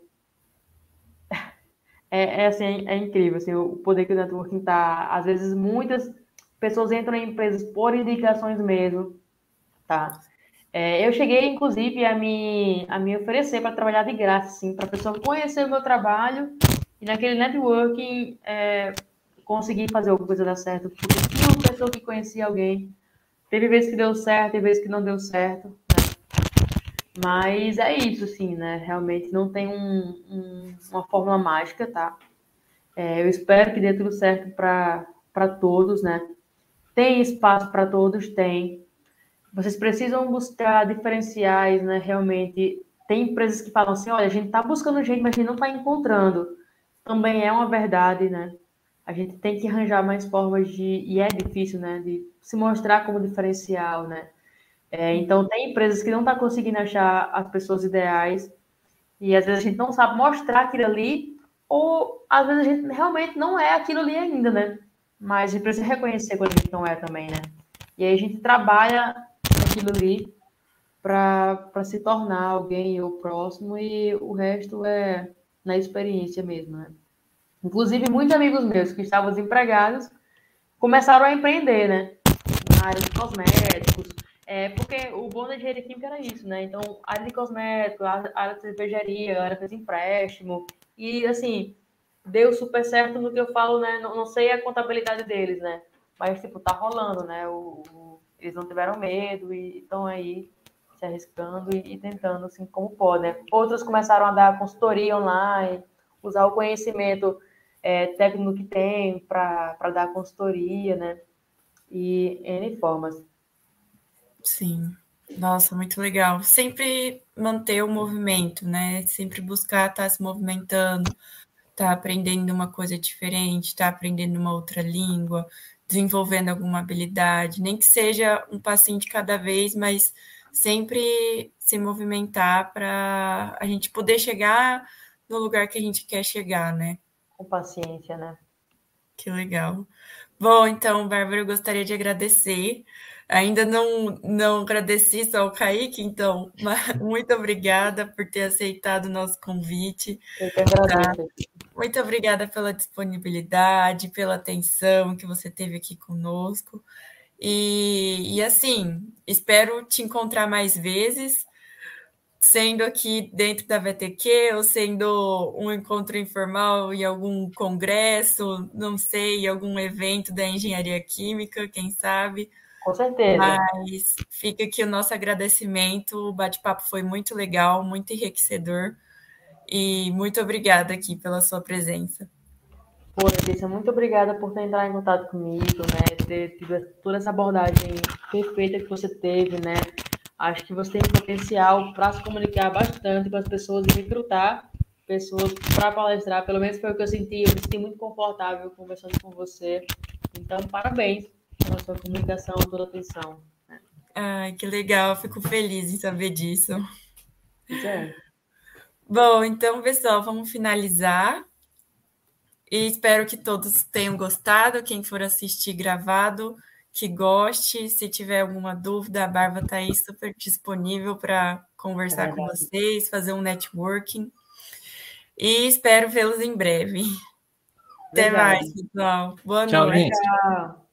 é, é, assim, é incrível, assim, o poder que o networking tá, às vezes muitas pessoas entram em empresas por indicações mesmo, tá? É, eu cheguei, inclusive, a me, a me oferecer para trabalhar de graça, assim, para a pessoa conhecer o meu trabalho e naquele networking é, conseguir fazer alguma coisa dar certo, porque tinha uma pessoa que conhecia alguém, teve vezes que deu certo, teve vezes que não deu certo, né? Mas é isso, sim, né? Realmente não tem um, um, uma fórmula mágica, tá? É, eu espero que dê tudo certo para todos, né? Tem espaço para todos? Tem. Vocês precisam buscar diferenciais, né? Realmente, tem empresas que falam assim, olha, a gente está buscando gente, mas a gente não está encontrando. Também é uma verdade, né? A gente tem que arranjar mais formas de, e é difícil, né? De se mostrar como diferencial, né? É, então, tem empresas que não estão tá conseguindo achar as pessoas ideais e às vezes a gente não sabe mostrar aquilo ali ou às vezes a gente realmente não é aquilo ali ainda, né? Mas a gente precisa reconhecer quando a gente não é também, né? E aí a gente trabalha aquilo ali para se tornar alguém ou próximo e o resto é na experiência mesmo, né? Inclusive, muitos amigos meus que estavam desempregados começaram a empreender, né? Na área de cosméticos, é, porque o bom da engenharia química era isso, né? Então, área de cosméticos, área de cervejaria, área de empréstimo, e assim, deu super certo no que eu falo, né? Não, não sei a contabilidade deles, né? Mas, tipo, tá rolando, né? O, o, eles não tiveram medo e estão aí se arriscando e, e tentando, assim, como podem, né? Outros começaram a dar consultoria online, usar o conhecimento é, técnico que tem para dar consultoria, né? E N formas. Sim. Nossa, muito legal. Sempre manter o movimento, né? Sempre buscar estar se movimentando, estar aprendendo uma coisa diferente, estar aprendendo uma outra língua, desenvolvendo alguma habilidade, nem que seja um passinho de cada vez, mas sempre se movimentar para a gente poder chegar no lugar que a gente quer chegar, né? Com paciência, né? Que legal. Bom, então, Bárbara, eu gostaria de agradecer. Ainda não, não agradeci só ao Kaique, então, muito obrigada por ter aceitado o nosso convite. Eu que agradeço. Tá? Muito obrigada pela disponibilidade, pela atenção que você teve aqui conosco. E, e assim, espero te encontrar mais vezes, sendo aqui dentro da V T Q ou sendo um encontro informal em algum congresso, não sei, algum evento da engenharia química, quem sabe. Com certeza. Mas fica aqui o nosso agradecimento, o bate-papo foi muito legal, muito enriquecedor, e muito obrigada aqui pela sua presença. Pô, Letícia, muito obrigada por ter entrado em contato comigo, né? Ter tido toda essa abordagem perfeita que você teve, né? Acho que você tem potencial para se comunicar bastante com as pessoas e recrutar pessoas para palestrar. Pelo menos foi o que eu senti. Eu me senti muito confortável conversando com você. Então, parabéns pela sua comunicação, toda a atenção. Né? Ai, que legal. Fico feliz em saber disso. Isso é. Bom, então, pessoal, vamos finalizar. E espero que todos tenham gostado. Quem for assistir gravado, que goste. Se tiver alguma dúvida, a Bárbara está aí super disponível para conversar é com vocês, fazer um networking. E espero vê-los em breve. Legal. Até mais, pessoal. Boa Tchau, noite. Gente. Tchau.